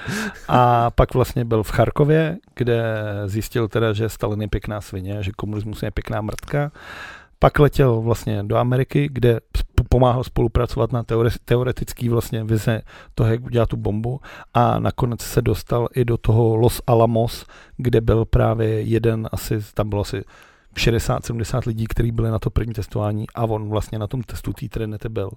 A pak vlastně byl v Charkově, kde zjistil teda, že Stalin je pěkná svině, že komunismus je pěkná mrtka. Pak letěl vlastně do Ameriky, kde pomáhal spolupracovat na teore- teoretický vlastně vize toho, jak udělat tu bombu a nakonec se dostal i do toho Los Alamos, kde byl právě jeden, asi tam bylo asi šedesát sedmdesát lidí, kteří byli na to první testování a on vlastně na tom testu té Trinity byl.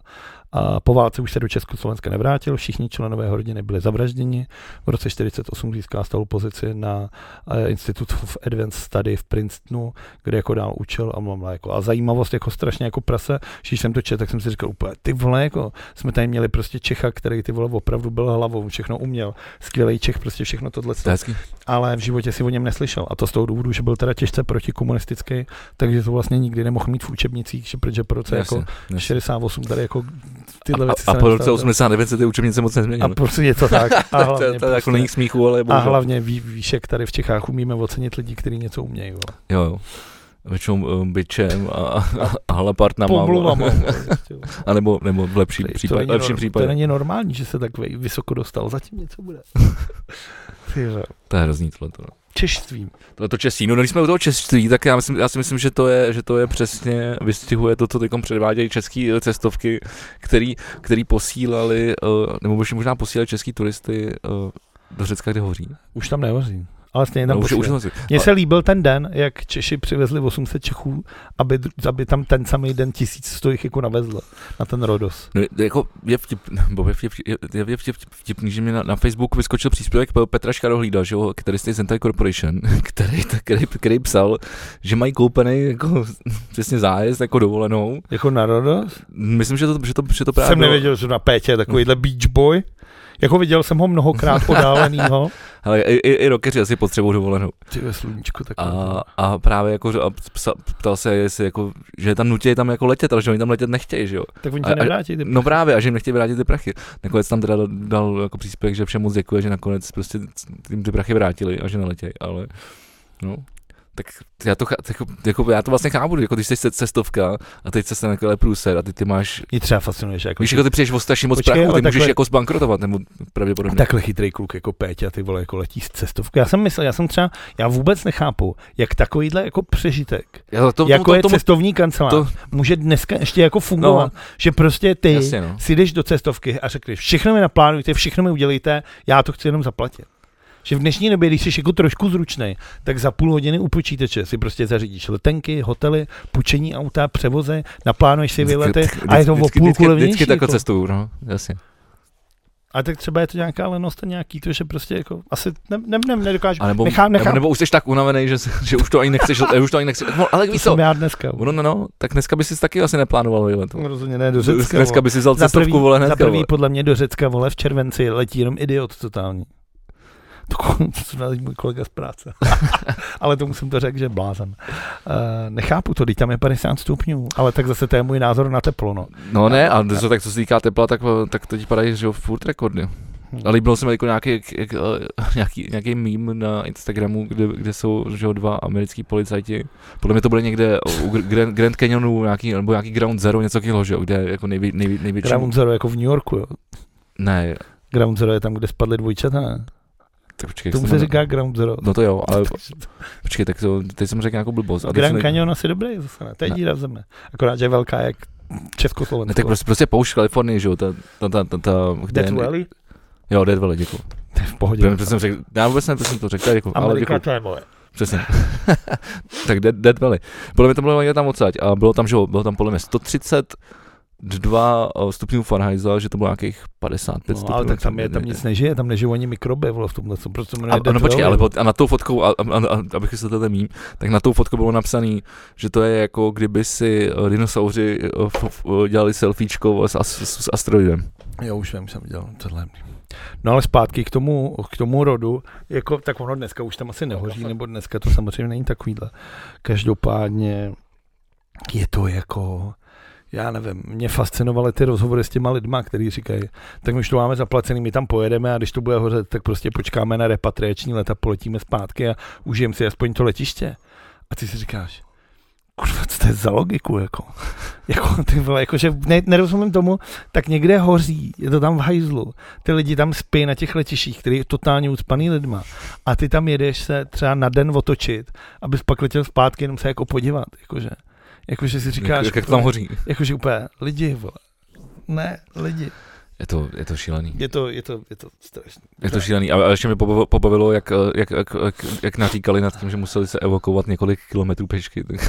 A po válce už se do Československa nevrátil, všichni členové jeho rodiny byli zavražděni. V roce čtyřicet osm získal stálou pozici na Institute of Advanced Study v Princetonu, kde jako dál učil a mluvil jako a zajímavost jako strašně jako prase, když jsem to četl, tak jsem si říkal úplně, ty vole, jako jsme tady měli prostě Čecha, který ty vole opravdu byl hlavou, všechno uměl, skvělý Čech, prostě všechno tohle. Ale v životě si o něm neslyšel a to z toho důvodu, že byl teda těžce protikomunistický, takže to vlastně nikdy nemohl mít v učebnicích, že protože po roce jasně, jako jasně. šedesát osm tady jako tyhle věci. A, a po roce osmdesát devět se ty učebnice moc nezměnily. A prostě je to tak. A hlavně, to, to, to prostě, jako není k smíchu, ale bohužel. A hlavně ví, víš, jak tady v Čechách umíme ocenit lidi, kteří něco umějí. Jo, jo. Většinou um, byčem a, a, a halapartnama. Pomluvama. A nebo, nebo v lepší případě. To, lepším případě. To není normální, že se tak vysoko dostal. Zatím něco bude. To je hrozný tohleto. Češstvím. To čestí. No, když jsme u toho čeství, tak já, myslím, já si myslím, že to je, že to je přesně, vystihuje to, co teďkom předvádějí český cestovky, který, který posílali, nebo možná posílali český turisty do Řecka, kde hoří. Už tam nehoří. Ale stejně tam no, už, už Mně se líbil ten den, jak Češi přivezli osm set Čechů, aby, aby tam ten samý den tisíc sto jich jako navezlo na ten Rodos. No, jako je, vtip, je, vtip, je, je vtip, vtipný, že mi na, na Facebooku vyskočil příspěvek Petra Škarohlída, že jo, který je z Zentai Corporation, který, který, který psal, že mají koupený jako přesně zájezd, jako dovolenou. Jako na Rodos? Myslím, že to, že to, že to právě Jsem nevěděl, že na Pétě takovýhle beach boy. Jako viděl jsem ho mnohokrát podálenýho. Ale i, i, i rockeři asi potřebují dovolenou. Tyhle sluníčko tak. A, a právě jako, a psa, ptal se, jestli jako, že tam nutí tam jako letět, ale že oni tam letět nechtějí, že jo. Tak oni to nevrátí ty prachy. No právě, a že jim nechtějí vrátit ty prachy. Nakonec tam teda dal jako příspěvek, že všem moc děkuje, že nakonec prostě jim ty prachy vrátili a že neletějí, ale no. Tak já to, jako, jako, já to vlastně chápu, jako když jsi cestovka a teď se takovýhle průser a ty ty máš... Mě třeba fascinuje, že jako... Víš, jako ty přijdeš o strašně moc prachu, ty takhle, můžeš jako zbankrotovat, nebo pravděpodobně. Takhle chytrý kluk jako Péťa, ty vole, jako letí z cestovky. Já jsem myslel, já jsem třeba, já vůbec nechápu, jak takovýhle jako přežitek, já to, jako to, to, je tomu, cestovní kancelář, to, může dneska ještě jako fungovat, no, že prostě ty jasně, no. si jdeš do cestovky a řekneš, všechno mi naplánujte, všechno mi udělejte, já to chci jenom zaplatit. Že v dnešní době, když jsi jako trošku zručnej, tak za půl hodiny u počítače si prostě zařídíš letenky, hotely, půjčení auta, převozy, naplánuješ si výlety a je to o půlku levnější. Vždycky takhle cestuju, no, jasně. A tak třeba je to nějaká lenost a nějaký to, že prostě jako asi ne, ne, ne, nedokážu. Nebo, nechám, nechám. Nebo, nebo už jsi tak unavený, že, že už to ani nechceš, už to ani nechceš. No, ale víš co? Já dneska. No, no, no, tak dneska by si taky asi neplánoval výlet. No, rozhodně ne, do Řecka. Dneska by si vzal cestovku, vole, hnedka. Za první podle mě do Řecka, vole, v červenci letí jenom idiot totální. To je můj kolega z práce. Ale to musím to řekl, že blázen. Uh, nechápu to, teď tam je padesát stupňů, ale tak zase to je můj názor na teplo. No, no ne, a co, tak co se týká tepla, tak, tak teď padají, že jo, furt rekordy. Hmm. A líbilo se mi jako nějaký, jak, jak, nějaký, nějaký meme na Instagramu, kde, kde jsou že jo, dva americký policajti. Podle mě to bude někde u Grand, Grand Canyonu, nějaký, nebo nějaký Ground Zero, něco takového, že jo, kde je jako nejvě, nejvě, největší. Ground Zero jako v New Yorku, jo? Ne. Ground Zero je tam, kde spadly dvojčata, ne? Tak počkej, tomu se říká Ground Zero. No to jo, ale počkej, tak to, teď jsem řekl nějakou blbost. Grand Canyon asi dobrý zase, ne? To je díra v zemi. Akorát, že je velká jak Československo. Ne, tak prostě, prostě poušť v Kalifornii, že jo, ta, ta, ta, ta, ta Death Valley? Jo, Death Valley, děkuji. To je v pohodě. To jsem řekl, já vůbec nevím, jsem to řekl. Jako, Amerika to je moje. Přesně. Tak Dead, Dead Valley. Podle mě to bylo někde tam odsaď a bylo tam, že bylo tam podle mě sto třicet dva stupňů Fahrenheita, že to bylo nějakých padesát pět no, stupňů. Ale tak tam, je, tam nic nežije, tam nežijou ani mikroby, vole, v tomhle, co prostě jmenuje a, no počkej, ale a na tou fotkou, a, a, a, abych si to mím, tak na tou fotkou bylo napsaný, že to je jako kdyby si dinosauři dělali selfiečko s, s, s asteroidem. Jo, už vím, jsem dělal tohle. No ale zpátky k tomu, k tomu rodu, jako, tak ono dneska už tam asi nehoří, nebo dneska to samozřejmě není takovýhle. Každopádně je to jako, já nevím, mě fascinovaly ty rozhovory s těma lidma, kteří říkají, tak my už to máme zaplacený, my tam pojedeme a když to bude hořet, tak prostě počkáme na repatriační let a poletíme zpátky a užijeme si aspoň to letiště. A ty si říkáš, kurva, co to je za logiku, jako, jako ty vole, jakože ne, nerozumím tomu, tak někde hoří, je to tam v hajzlu, ty lidi tam spí na těch letištích, který je totálně ucpaný lidma a ty tam jedeš se třeba na den otočit, abys pak letěl zpátky jenom se jako podívat, jakože, jakože si říkáš, jak, jak to tam hoří? Jakože úplně, lidi, vole, ne, lidi. Je to, je to šílený. Je to, je to, je to strašný. Je to šílený. A ještě mi pobavilo, pobavilo jak, jak, jak, jak, jak naříkali nad tím, že museli se evokovat několik kilometrů pešky. Tak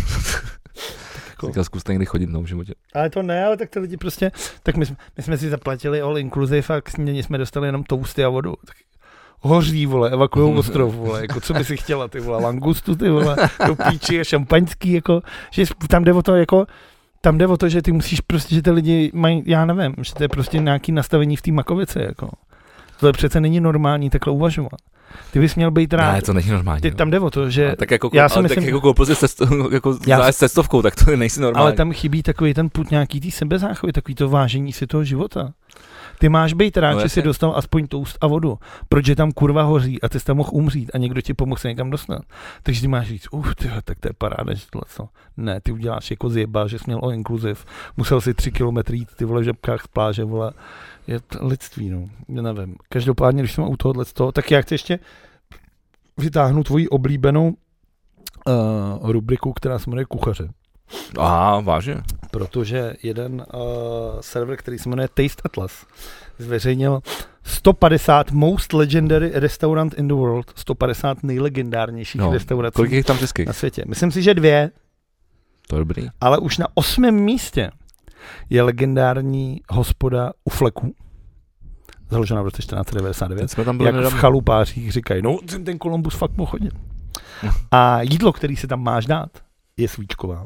jako, říkal, zkuste někdy chodit v životě. Ale to ne, ale tak ty lidi prostě, tak my, my jsme si zaplatili all inclusive a k snídani jsme dostali jenom tousty a vodu. Tak hoří, vole, evakuujou ostrov, vole, jako co by si chtěla, ty vole, langustu, ty vole, do píči a šampaňský, jako, že tam jde o to, jako, tam jde o to, že ty musíš prostě, že ty lidi mají, já nevím, že to je prostě nějaký nastavení v té makovici, jako. To přece není normální takhle uvažovat. Ty bys měl být rád. Ne, to není normální. Ty, tam jde o to, že... Tak jako, já si ale myslím, tak jako koupil si jako já, s cestovkou, tak to nejsi normální. Ale tam chybí takový ten put nějaký tý sebezáchovy, takový to vážení si toho života. Ty máš být rád, no, že jsi dostal aspoň toast a vodu, protože tam kurva hoří a ty jsi tam mohl umřít a někdo ti pomohl se někam dostat. Takže ty máš říct, uf, tyhle, tak to je paráda, že tohle co. Ne, ty uděláš jako zjeba, že jsi měl all inclusive, musel si tři kilometry jít, ty vole v žabkách z pláže, vole, je to lidství, no, já nevím. Každopádně, když jsme u tohohle toho, tak já chci ještě vytáhnu tvoji oblíbenou uh, rubriku, která se jmenuje Kuchaře. Aha, vážně? Protože jeden uh, server, který se jmenuje Taste Atlas, zveřejnil sto padesát most legendary restaurant in the world, sto padesát nejlegendárnějších no, restaurací kolik je tam českých na světě. Myslím si, že dvě. To je dobrý. Ale už na osmém místě je legendární hospoda u Fleku, založená v roce čtrnáct devadesát devět. Jsme tam byli jak nedávno. V chalupářích říkají, no ten Kolumbus fakt mohl chodit. A jídlo, který si tam máš dát, je svíčková.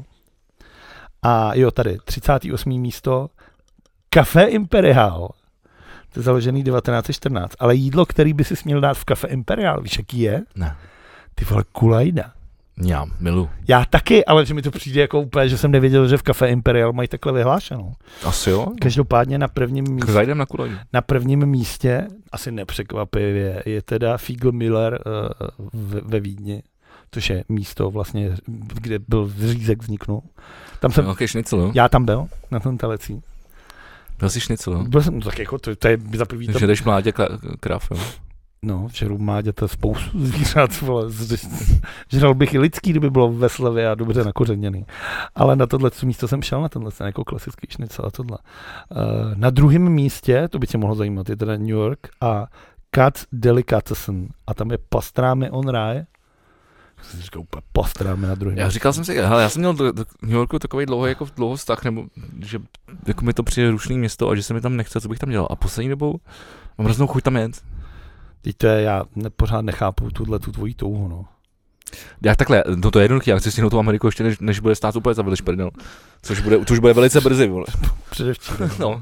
A jo, tady, třicáté osmé místo, Café Imperial. To je založený devatenáct set čtrnáct. Ale jídlo, který by si směl dát v Café Imperial, víš, jaký je? Ne. Ty vole, kulajda. Já milu. Já taky, ale že mi to přijde jako úplně, že jsem nevěděl, že v Café Imperial mají takhle vyhlášenou. Asi jo. Každopádně na prvním místě, Zajdem na kulajdu. Na prvním místě, asi nepřekvapivě, je teda Fiegel Miller uh, ve, ve Vídni. Což je místo vlastně, kde byl zřízek vzniknul. Tam jsem, okay, šnicl, já tam byl, na tom telecí. Byl jsi šnicl, Byl jsem, tak jako, to, to je za prvý to... Že jdeš mládě krav, jo? No, žeru mláďata spoustu zvířat, vole, žral bych i lidský, kdyby bylo veselé a dobře nakořeněný. Ale na tohle místo jsem šel, na tenhle jako klasický šnicl a tohle. Uh, na druhém místě, to by tě mohlo zajímat, je teda New York a Katz Delicatessen a tam je pastrámy on rye. Jsem říkal úplně pastrámy na druhém. Já říkal jsem si, hele, já jsem měl do, do New Yorku takový dlouhý, jako dlouho vztah, nebo že jako mi to přijde rušný město a že se mi tam nechce, co bych tam dělal. A poslední dobou mám hroznou chuť tam jet. Teď to je, já ne, pořád nechápu tuhle tu tvojí touhu, no. Já takhle, no to je jednoduchý, já chci stihnout tu Ameriku ještě, než, než bude stát úplně za Vilišprdel. Což bude, což bude velice brzy, vole. Předevčírem. No.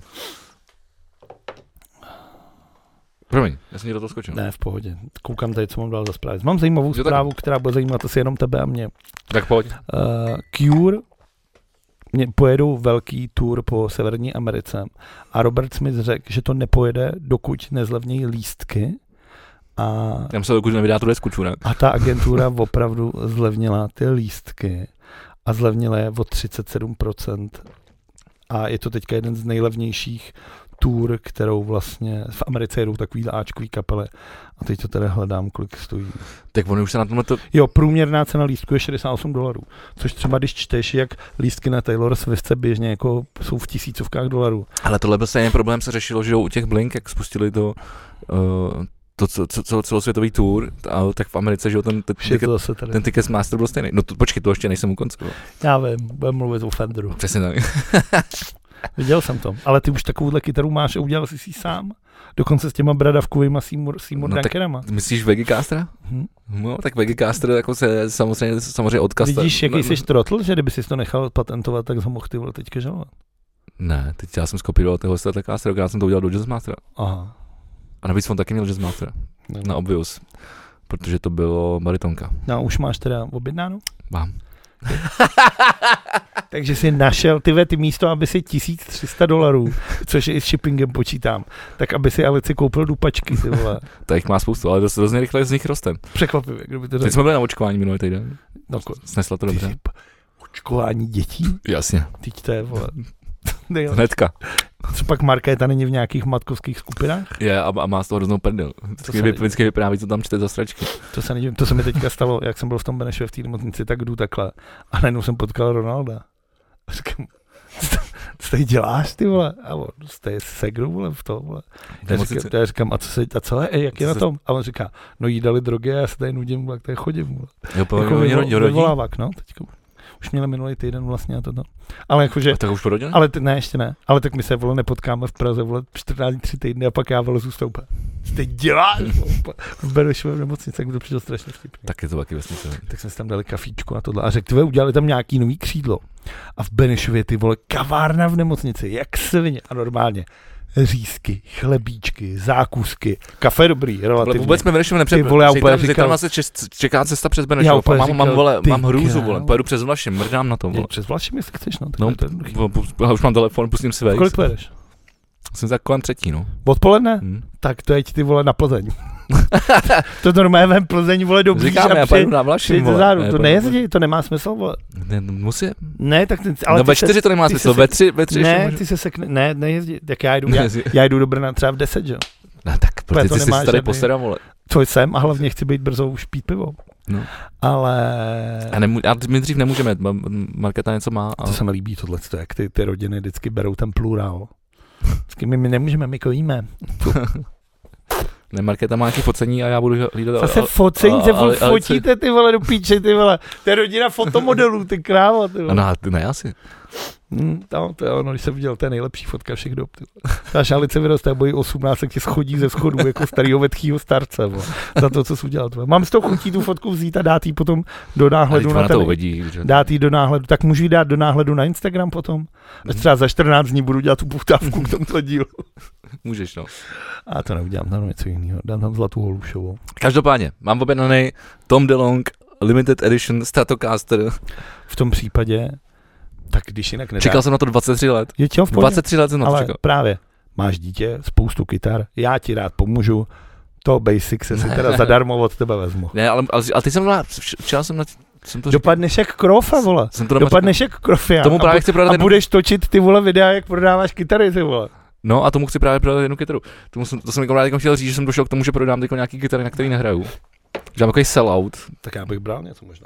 Promiň, já jsem ti do toho skočil. Ne, v pohodě. Koukám tady, co mám dál za zprávy. Mám zajímavou jo, zprávu, tak... která bude zajímat asi jenom tebe a mě. Tak pojď. Uh, Cure mě pojedou velký tour po Severní Americe a Robert Smith řekl, že to nepojede, dokud nezlevnějí lístky. A, já se dokud nevydá tu desku, čurák. A ta agentura opravdu zlevnila ty lístky a zlevnila je o třicet sedm procent. A je to teďka jeden z nejlevnějších tour, kterou vlastně v Americe jedou takový áčkový kapely. A teď to teda hledám, kolik stojí. Tak oni už se na tomhle to... Jo, průměrná cena lístku je šedesát osm dolarů. Což třeba, když čteš, jak lístky na Taylor Swiftce běžně jako jsou v tisícovkách dolarů. Ale tohle byl stejný problém, se řešilo, že u těch Blink, jak spustili to, uh, to co, co, co, celosvětový tour, a tak v Americe, že jo, ten, ten, ten, ten Ticketmaster byl stejný. No to, počkej, to ještě nejsem u konce. Jo. Já vím, budem mluvit o Fenderu. Přesně tak. Viděl jsem to, ale ty už takovouhle kytaru máš a udělal jsi si sám? Dokonce s těma bradavkovýma Seymour, Seymour no, Dunkerama. Myslíš Vegicastera? Hmm. No, tak Vegicaster jako se samozřejmě, samozřejmě odkaz. Vidíš, jaký no, jsi trotl, že kdyby jsi to nechal patentovat, tak ho mohl ty vole teďka žalovat? Ne, teď já jsem skopíroval toho Stratocastera, já jsem to udělal do Jazzmastera. Aha. A navíc on taky měl Jazzmastera. Ne. Na Obvious. Protože to bylo baritonka. No, už máš teda objednáno? Mám. Takže jsi našel, ty ve, ty místo, aby si tisíc tři sta dolarů, což je i s shippingem počítám, tak aby si Alici koupil dupačky, ty vole. To jich má spoustu, ale dost hrozně rychle z nich roste. Překvapivě, kdo by to řekl. Teď jsme byli na očkování minulý týden. No, snesla to dobře. Očkování dětí? Jasně. Teď to je, vole. Hnedka. Co pak Markéta není v nějakých matkovských skupinách? Je, a, a má z toho hroznou prdel. Vždycky vypráví, co tam čte za sračky. To se nedivím, to se mi teďka stalo, jak jsem byl v tom Benešově v té nemocnici, tak jdu takhle. A najednou jsem potkal Ronalda. A říkám, co tady děláš, ty vole? A on, jste segru, vole, v tom, vole. Já říkám, já říkám, a co se, a co je, Ej, jak je na tom? A on říká, no jí dali drogy a já se tady nudím, vole, tady chodím, vole. Jo, po, jako vyvo, vyvolávák, no, teďka. Už měli minulý týden vlastně a toto. Ale jakože... A tak už porodili? Ale ty, ne, ještě ne. Ale tak my se, vole, nepotkáme v Praze, vole, čtrnáct tři týdny a pak já, vole, zůstoupe. Co ty děláš? V Benešově v nemocnici, tak mi to přišlo strašně vtipný. Tak je to taky vesnice. Tak jsme si tam dali kafíčko a tohle. A řekl, ty udělali tam nějaký nový křídlo. A v Benešově, ty vole, kavárna v nemocnici, jak svině. A normálně řízky, chlebíčky, zákusky, kafe dobrý, relativně. Ale vůbec jsme v Benešově nepřepl. Zítra nás se čeká cesta přes Benešov. Mám, říkal, mám, vole, mám hrůzu, vole, pojedu přes Vlašim, mrdám na tom, vole. Přes Vlašim, jestli chceš, no. No, já už mám telefon, pustím si vejš. Kolik pojedeš? Jsem tak kolem třetí, no. Odpoledne? Hmm. Tak to jeď ty, vole, na Plzeň. To normálně vem Plzeň, vole, do blíž a při, na Vlašim, vole. Záru. Ne, to nejezdí, to nemá smysl, vole. Ne, musí. Ne, tak ty, ale no ve čtyři to nemá smysl, ve tři, ve tři ne, ty se sekne, ne, nejezdí, tak já jdu, já, já jdu do Brna třeba v deset, jo. No tak, protože ty jsi tady postaral, vole. To jsem a hlavně chci být brzo už pít pivo. No. Ale... A, nemů- a my dřív nemůžeme, Markéta něco má. A... To se mi líbí tohleto, jak ty, ty rodiny vždycky berou ten plurál. Vždycky my, my nemůžeme, my kojíme. Ne, Markéta má nějaký focení a já budu hlídat. Zase focení, se ale, fotíte ty vole do píče, ty vole. To je rodina fotomodelů, ty kráva, ty vole. No, ne, asi. Hmm, tam, to je ono, když jsem viděl, to je nejlepší fotka všech dob. Ta šálice vyroste, bojí osmnáct, tak ti schodí ze schodů jako starýho vetchýho starce, bo, za to, co jsi udělal. Tvoje. Mám z toho chutí tu fotku vzít a dát jí potom do náhledu na, na ten, uvedí, dát jí do náhledu, tak můžu jí dát do náhledu na Instagram potom. Až třeba za čtrnáct dní budu dělat tu poutávku k tomuto dílu. Můžeš, no. A to neudělám, tam něco jiného, dám tam zlatou holušovou. Každopádně, mám objednaný Tom DeLonge Limited Edition Stratocaster. V tom případě tak když jinak nedá. Čekal jsem na to dvacet tři let. Je čeho v dvacet tři let jsem na to ale čekal. Právě, máš dítě, spoustu kytar, já ti rád pomůžu, to Basic se si teda zadarmo od tebe vezmu. Ne, ale, ale, ale ty jsem na, včera jsem na, jsem to dopadneš jak Krofa, vole. Dopadneš jak Krofian. Tomu právě a, chci prodat a jednu... budeš točit ty vole videa, jak prodáváš kytary, ty vole. No a tomu chci právě prodat jednu kytaru. Tomu jsem, to jsem jako chtěl říct, že jsem došel k tomu, že prodám jako nějaký kytary, na který nehraju. Že mám takový sellout. Tak já bych bral něco možná.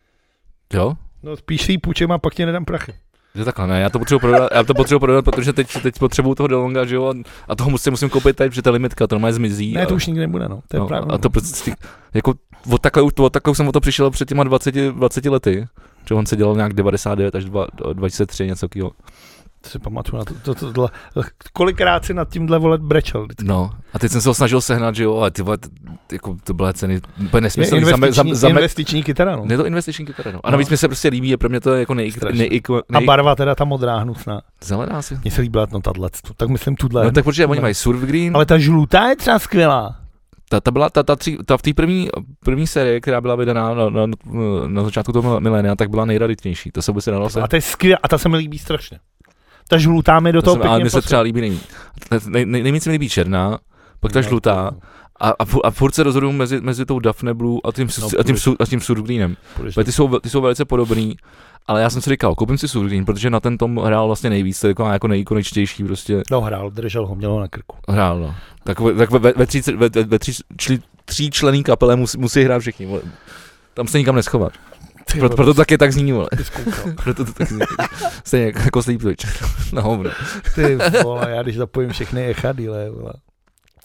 Jo? No spíš si ji půjčím a pak ti nedám prachy. Je takhle, ne, já to potřebuji prodat, já to potřebuji prodat, protože teď, teď potřebuji toho DeLonga, že jo, a toho musím, musím koupit teď, protože ta limitka, to normálně zmizí. Ne, to a, už nikdy nebude, no, to je no, právě. A to prostě, jako, od takhle, od takhle jsem o to přišel před těma dvaceti, dvaceti lety, že on se dělal nějak devadesát devět až dva tisíce tři, něco takového. To si pamatuju na to, to, to, to, to, kolikrát si nad tímhle volet brečel vždycky. No, a teď jsem se ho snažil sehnat, že jo, a ty vole, jako to byly ceny úplně nesmyslný. Investiční, za, za, investiční kytara, no. Ne to investiční kytara, no. A navíc no. mi se prostě líbí, je pro mě to jako nej, nej, nej, nej, A barva teda ta modrá hnusná. Zelená si. Mně se líbila no tahle, tak myslím tuhle. No tak protože oni mají surf green. Ale ta žlutá je třeba skvělá. Ta, ta byla, ta, ta, tři, ta v té první, první sérii, která byla vydaná na, na, na začátku toho milénia, tak byla nejraditnější, to se by se dalo se. A ta je skvělá, a ta se mi líbí strašně. Ta žlutá mi do toho pěkně. Ale mi se třeba líbí nejvíc. Nej, nej, nejvíc mi líbí černá, pak ta žlutá a, a, a furt se rozhoduju mezi, mezi tou Daphne Blue a tím, no, a tím, a tím Surf Greenem. Ty jsou, ty jsou velice podobný, ale já jsem si říkal, koupím si Surf Green, protože na ten Tom hrál vlastně nejvíc, to je jako, jako nejikoničtější prostě. No hrál, držel ho, měl ho na krku. Hrál, no. Tak, tak ve, ve, tří, ve, ve tří, čli, tří členný kapele musí, musí hrát všichni, tam se nikam neschovat. Proto, proto taky tak zní, vole. Proto to tak zní. Stejně jako Sleep Twitch. Na hovno. Ty vole, já když zapojím všechny echadýle, vole.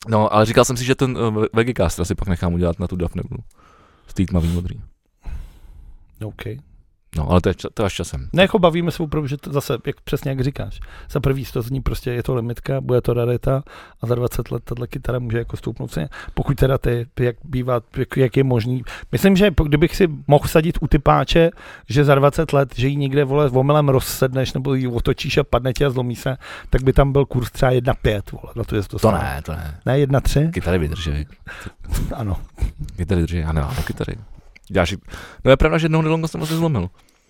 No, ale říkal jsem si, že ten uh, Vegicaster si pak nechám udělat na tu Daphne Blue. S tý tmavý modrý. OK. No, ale to je, to je až časem. Ne, jako bavíme se opravdu, že to zase, jak přesně jak říkáš, za prvý sto dní prostě je to limitka, bude to rarita a za dvacet let tato kytara může jako stoupnout ceně. Pokud teda ty, jak bývá, jak, jak je možný. Myslím, že kdybych si mohl sadit u typáče, že za dvacet let, že ji někde vole omylem rozsedneš nebo ji otočíš a padne ti a zlomí se, tak by tam byl kurz třeba jedna pět, vole, na to je to To ne, to ne. Ne, jedna tři? Kytary vydrží. Ano. Kytary vydrží, já nemám kytary. Děláš, no je pravda, že jednou Delongo jsem vlastně zlomil.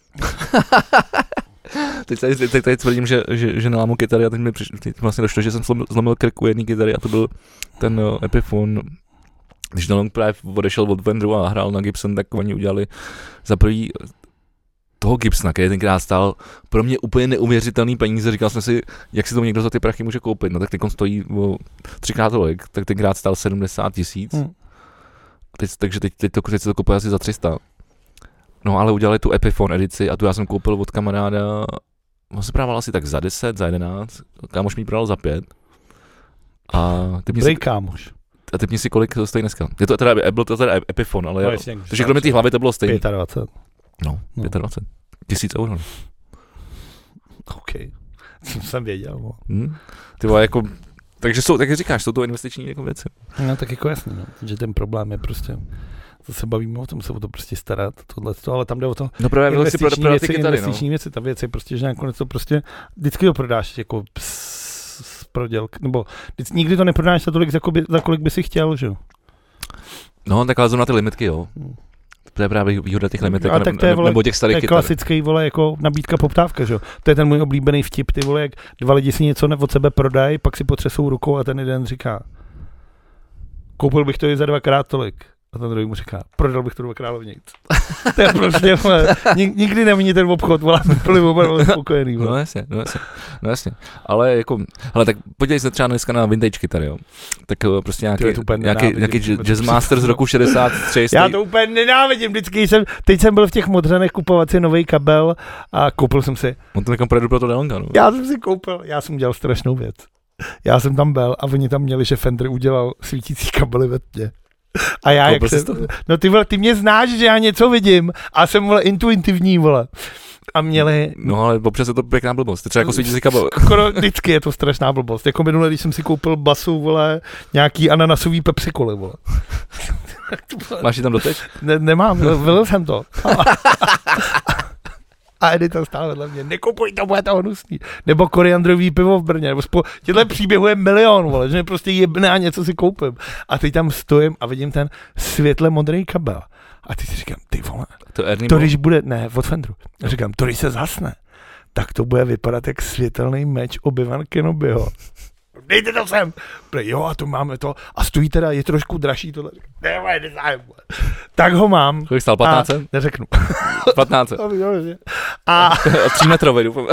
teď, tady, teď tady tvrdím, že, že, že nelámu kytary a teď mi přišlo, teď vlastně došlo, že jsem zlomil, zlomil krk u jedné kytary a to byl ten uh, Epiphone. Když Delong právě odešel od Fenderu a hrál na Gibson, tak oni udělali za prvý toho Gibsona, který tenkrát stál pro mě úplně neuvěřitelný peníze. Říkal jsem si, jak si to někdo za ty prachy může koupit. No tak teď on stojí o třikrát tolik, tak tenkrát stál sedmdesát tisíc. Hmm. Teď, takže teď, teď, to, teď se to koupil asi za tři sta. No ale udělali tu Epiphone edici a tu já jsem koupil od kamaráda, on se prával asi tak za deset, za jedenáct, kámoš mi prodal za pět. A ty mě si, kámoš. A ty mě si kolik to stojí dneska. Je to teda, bylo to teda Epiphone, ale no, jo, takže kromě té hlavy to bylo stejné. dvacet pět. No, no. dvacet pět. Tisíc euro. OK. Co jsem věděl. No. Hmm. Ty vole, jako, takže jsou, tak říkáš, jsou to investiční jako věci. No tak jako jasně, no, že ten problém je prostě, to se bavíme o tom, se o to prostě starat, tohleto, ale tam jde o to no právě investiční věci, věci, kytary, investiční no. věci, ta věc je prostě, že nakonec to prostě, vždycky ho prodáš jako z prodělk, nebo vždycky, nikdy to neprodáš za tolik, za kolik, za kolik by si chtěl, že jo? No, tak ale na ty limitky, jo. Hmm. To je právě výhoda těch limitek, ne, to je, vole, nebo těch starých kytar. To je klasický, vole, jako nabídka poptávka, že jo. To je ten můj oblíbený vtip, ty vole, jak dva lidi si něco od sebe prodají, pak si potřesou rukou a ten jeden říká, koupil bych to i za dvakrát tolik. A ten druhý mu říká, prodal bych to dvakrát levnějc. To je prostě, vole, nikdy nemění ten obchod, vole, byli oba spokojený, vole. No jasně, no jasně, no jasně. Ale jako, hele, tak podívej se třeba dneska na vintage kytary, jo. Tak prostě nějaký, nějaký, nějaký Jazzmaster z roku šedesát tři. Já to úplně nenávidím, vždycky jsem, teď jsem byl v těch modřanech kupovat si nový kabel a koupil jsem si. On to někam projedu pro to Delonga, no. Já jsem si koupil, já jsem udělal strašnou věc. Já jsem tam byl a oni tam měli, že Fender udělal svítící kabely ve tmě. A já, jak jsem, no ty vole, ty mě znáš, že já něco vidím a jsem, vole, intuitivní, vole. A měli... No ale občas je to pěkná blbost, třeba jako svítící kabel. Skoro vždycky je to strašná blbost. Jako minule, když jsem si koupil basu, vole, nějaký ananasový pepřikoly, vole. Máš ji tam doteď? Ne, nemám, vylil jsem to. A editor stál vedle mě, nekupuj to, bude to hnusný. Nebo koriandrový pivo v Brně, nebo spo... těhle příběhů je milion, vole, že mě prostě jebne a něco si koupím. A teď tam stojím a vidím ten světle modrý kabel. A teď si říkám, ty vole, to, to když bude, ne, od Fenderu. A říkám, to když se zhasne, tak to bude vypadat jak světelný meč Obi-Wan Kenobiho. Dejte to sem. Jo, a to máme to. A stojí teda, je trošku dražší tohle. Ne, nezájem. Tak ho mám. Kolik stál, patnáct? A neřeknu. patnáct. A tři metrový, doufám.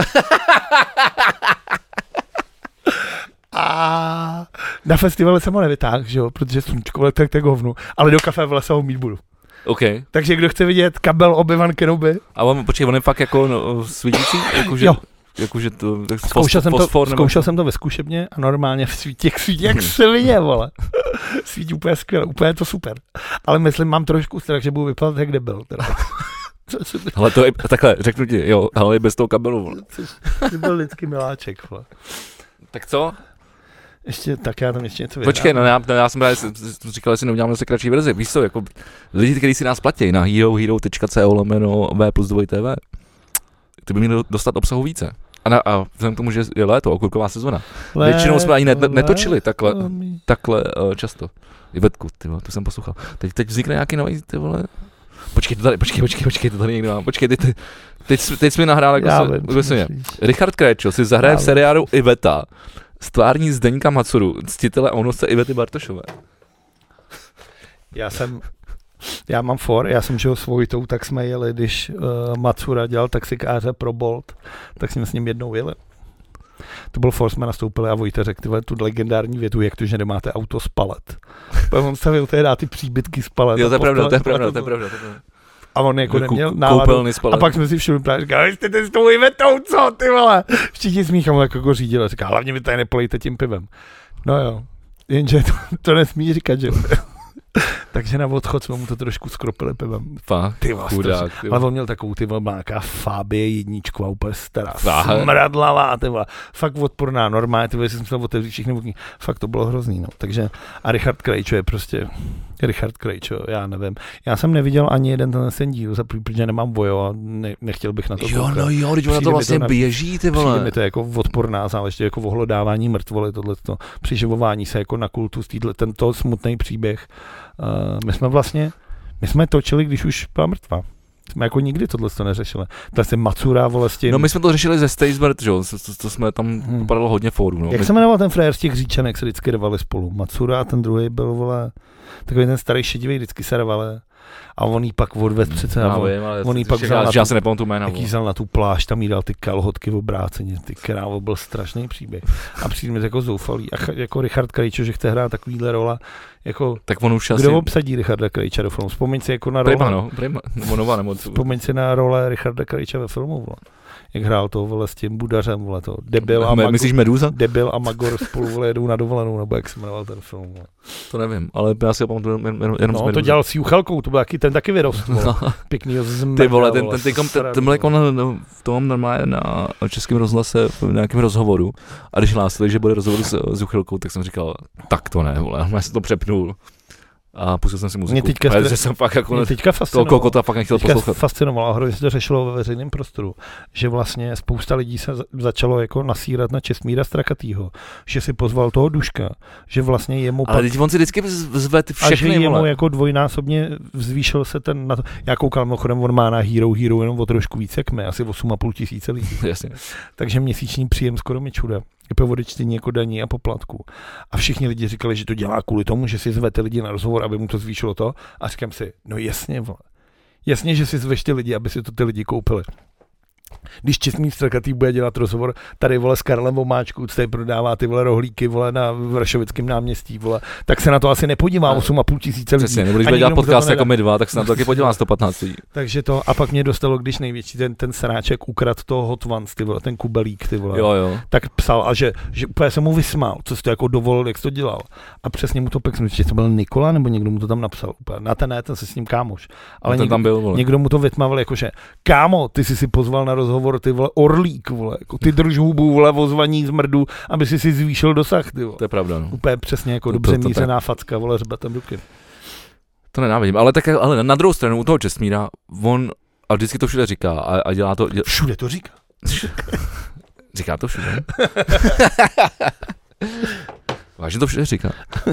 A na festivalu jsem ho nevytáhl, že jo, protože sluníčko tak tak hovnu, ale do kafe v lese ho mít budu. Okay. Takže kdo chce vidět kabel Obi-Wan Kenobi. A on, počkej, on je fakt jako no, svítící? Jakože, jo. Jakože to, tak zkoušel, jsem, fosfor, to, zkoušel jsem to ve zkušebně a normálně v svítí, jak svítí, jak svině, vole. Svítí úplně skvěle, úplně to super. Ale myslím, mám trošku strach, že budu vypadat jak debil. Teda. Ale to je, takhle, řeknu ti, jo, ale je bez toho kabelu, vole. Ty byl lidský miláček, vole. Tak co? Ještě, tak já tam ještě něco vyhrám. Počkej, no já, já jsem právě říkal, jestli neuděláme zase kratší verzi. Víš co, jako lidi, kteří si nás platí na hero hero tečka co lomeno v plus dva tv, ty by měli dostat obsahu více. A, na, a vzhledem k tomu, že je léto, okurková sezona. Léto, Většinou jsme ani ne, netočili takhle, takhle uh, často. Ivetku, ty vole, to jsem poslouchal. Teď, teď vznikne nějaký nový, ty vole. Počkej, to tady, počkej, počkej, počkej, to tady někdo mám. Počkej, teď, teď, teď jsi mi nahrál, jako se, se mě. Richard Kréčo si zahraje v seriálu Iveta. Stvární Zdeňka Macuru, ctitele Onosce Ivety Bartošové. Já jsem, já mám for, já jsem žil s Vojtou, tak jsme jeli, když uh, Macura dělal taxikáře pro Bolt, tak jsme s ním jednou jeli. To byl for, jsme nastoupili a Vojta řekl tyhle, tu legendární větu, jak to, že nemáte auto z palet. On stavil tehdy ty příbytky z palet. Jo, to je pravda, to je pravda, to je pravda. A on jako neměl náladu. A pak jsme si všude právě říkali, jste ten s tou Ivetou, co, ty vole? Všichni smíchám, jako, jako řídil. Říká, hlavně vy tady neplejte tím pivem. No jo. Jenže to, to nesmí říkat, že? Takže na odchod jsme mu to trošku skropili pivem. Fakt, ty vás, chudák. Ty ale on měl takovou, ty vole, nějaká Fabie jedničku a úplně stará, smradlavá, ty vole, fakt odporná, normálně, ty vole, jsem musel otevřít všechny okny, fakt to bylo hrozný, no. Takže a Richard Krejčo je prostě, Richard Krejčo, já nevím. Já jsem neviděl ani jeden ten ten díl, za první, protože nemám bojo a ne, nechtěl bych na to Jo, koukat. no jo, když ona to vlastně to běží, ty vole. Přijde mi to jako odporná záležitost, jako ohlodávání mrtvoly, tohleto, přiživování se jako na kultus, týhle, tento smutný příběh. Uh, my jsme vlastně, my jsme točili, když už byla mrtvá. Jsme jako nikdy tohle to neřešili. To se Macura, vole, s tím... No my jsme to řešili ze Stay Smrt, že jo, to, to, to jsme tam hmm. upadalo hodně fórů, no. Jak my... se jmenoval ten frajer z těch Říčanek, se vždycky dávali spolu. Macura a ten druhý byl, vole, takový ten starý šedivý, vždycky se dávali. A on jí pak odvedl přece. Já vím, ale on jí pak vzal já, já se nepamatuju jména. Jak jí vzal na tu pláž, tam jí dal ty kalhotky v obráceně, ty krávo, byl strašný příběh. A přijde mi jako zoufalý. A jako Richard Krejčo, že chce hrát takovýhle rola, jako tak on už kdo asi... obsadí Richarda Krejča do filmu? Vzpomeň si jako na role. Prima, no, Prima, Monova nemoc. Vzpomeň si na role Richarda Krejča ve filmu, vole. Jak hrál to, vole, s tím Budařem, vole, to Debil a Magor. Myslíš Meduza? Debil a Magor spolu, vole, jedou na dovolenou, nebo jak se jmenoval ten film, vole. To nevím, ale já si ho pamatuju jen, jen, jenom no, to dělal s Juchelkou, to byl taky, ten taky vyrost, vole. Pěknýho zmrda, ty vole, ten, ten, ten, ten, ten byl jako na, no, v tom normálně na českém rozhlase v nějakém rozhovoru a když hlásili, že bude rozhovor s, s Juchelkou, tak jsem říkal, tak to ne, vole, já se to přepnul. A pustil jsem si muziku, teďka protože jsem fakt jako mě teďka toho kokota fakt nechtěl teďka poslouchat. Fascinovalo a hrozně se to řešilo ve veřejném prostoru, že vlastně spousta lidí se začalo jako nasírat na Čestmíra Strakatýho, že si pozval toho Duška, že vlastně jemu... Ale teď on si vždycky zve ty všechny, a že jemu vole. jako dvojnásobně zvýšil se ten na to. Já koukal, mimochodem, on má na Hero Hero jenom o trošku víc jak my, asi osm a půl tisíce lidí. Jasně. Takže měsíční příjem skoro mi čuda. Po odečtení jako daní a poplatku. A všichni lidi říkali, že to dělá kvůli tomu, že si zvete lidi na rozhovor, aby mu to zvýšilo to. A říkám si, no jasně, vole. Jasně, že si zveš ty lidi, aby si to ty lidi koupili. Když Čestmír Strakatý bude dělat rozhovor tady, vole, s Karlem Vomáčkou, co tady prodává ty, vole, rohlíky, vole, na Vršovickém náměstí, vole, tak se na to asi nepodívá osm a půl tisíce lidí. Přesně, nebo když bude dělat podcast jako my dva, tak se na to taky podívá sto patnáct lidí. Takže to, a pak mě dostalo, když největší ten, ten sráček ukradl toho Hot Ones, ty vole, ten kubelík, ty vole, jo, jo. tak psal, a že, že úplně se mu vysmál, co jsi to jako dovolil, jak jsi to dělal. A přesně mu to pekl, že to byl Nikola, nebo někdo mu to tam napsal úplně. Na ten ne, ten se s ním kámoš. Ale no, někdo, tam byl, někdo mu to vytmavil, jakože, kámo, ty jsi si pozval na rozhovor, ty vole, Orlík, vole, jako ty drž hubu, vole, ozvaní zmrdu, aby si si zvýšil dosah, ty vole. To je pravda, no. Úplně přesně jako to, dobře to, to, mířená tak... facka, vole, řebetem ruky. To nenávidím, ale tak, ale na druhou stranu u toho Čestmíra, on, a vždycky to všude říká a, a dělá to... Děl... Všude to říká. Říká to všude. Vážně to všude říká.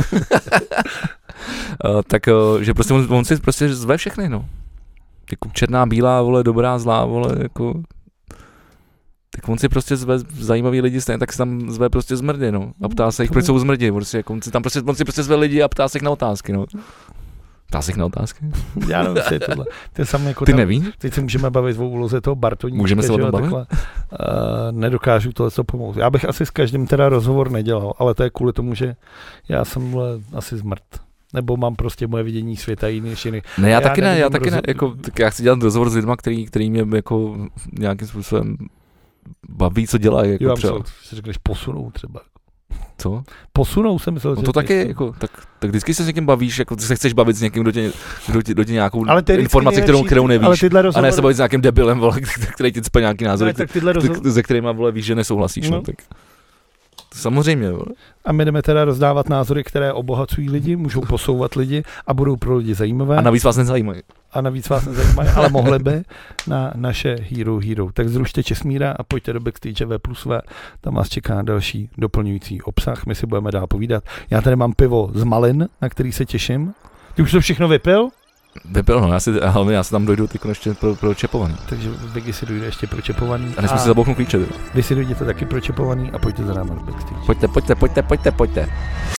uh, tak, uh, že prostě on, on si prostě zve všechny, no. Jako černá, bílá, vole, dobrá, zlá, vole, jako... Tak on si prostě zve zajímavý lidi, stejně tak si tam zve prostě zmrdy, no. A ptá se jich, proč jsou zmrdi. On si, jako, on si tam prostě, on si prostě zve lidi a ptá se jich na otázky, no. Ptá se jich na otázky? Já nevím, co je tohle. Ty, sam jako Ty tam, nevíš? Teď se můžeme bavit o úloze toho Bartoníčka. Můžeme se o tom bavit? Takhle, uh, nedokážu tohle co pomoct. Já bych asi s každým teda rozhovor nedělal, ale to je kvůli tomu, že já jsem vle, asi zmrt. Nebo mám prostě moje vidění světa jiný než jiný. Ne, já, já taky ne, já taky rozho- ne. Jako, tak já chci dělat rozhovor s lidmi, který, který mě jako nějakým způsobem baví, co dělají. Jako jo, třeba. Si řekneš posunou třeba. Co? Posunou jsem myslel, no to taky, jako, tak, tak vždycky se s někým bavíš, jako se chceš bavit s někým, kdo tě, kdo tě, kdo tě nějakou informaci, kterou, kterou nevíš. Rozhovor... A ne se bavit s nějakým debilem, vole, který ti cpe nějaký názor, rozhovor... ze kterýma, vole, víš, že nesouhlasíš. No. No, tak. Samozřejmě. Vole. A my jdeme teda rozdávat názory, které obohacují lidi, můžou posouvat lidi a budou pro lidi zajímavé. A navíc vás nezajímají. A navíc vás nezajímají, ale mohli by na naše Hero Hero. Tak zrušte Čestmíra a pojďte do Backstage V plus V, tam vás čeká další doplňující obsah, my si budeme dál povídat. Já tady mám pivo z malin, na který se těším. Ty už to všechno vypil? Vypil, no, já si, ale já si tam dojdu teď ještě pro, pro čepovaný. Takže Vicky si dojde ještě pro čepovaný. A nesmí si zabouchnout klíče. Vy si dojdete taky pro čepovaný a pojďte za náma do Backstage. Pojďte, pojďte, pojďte, pojďte, pojďte.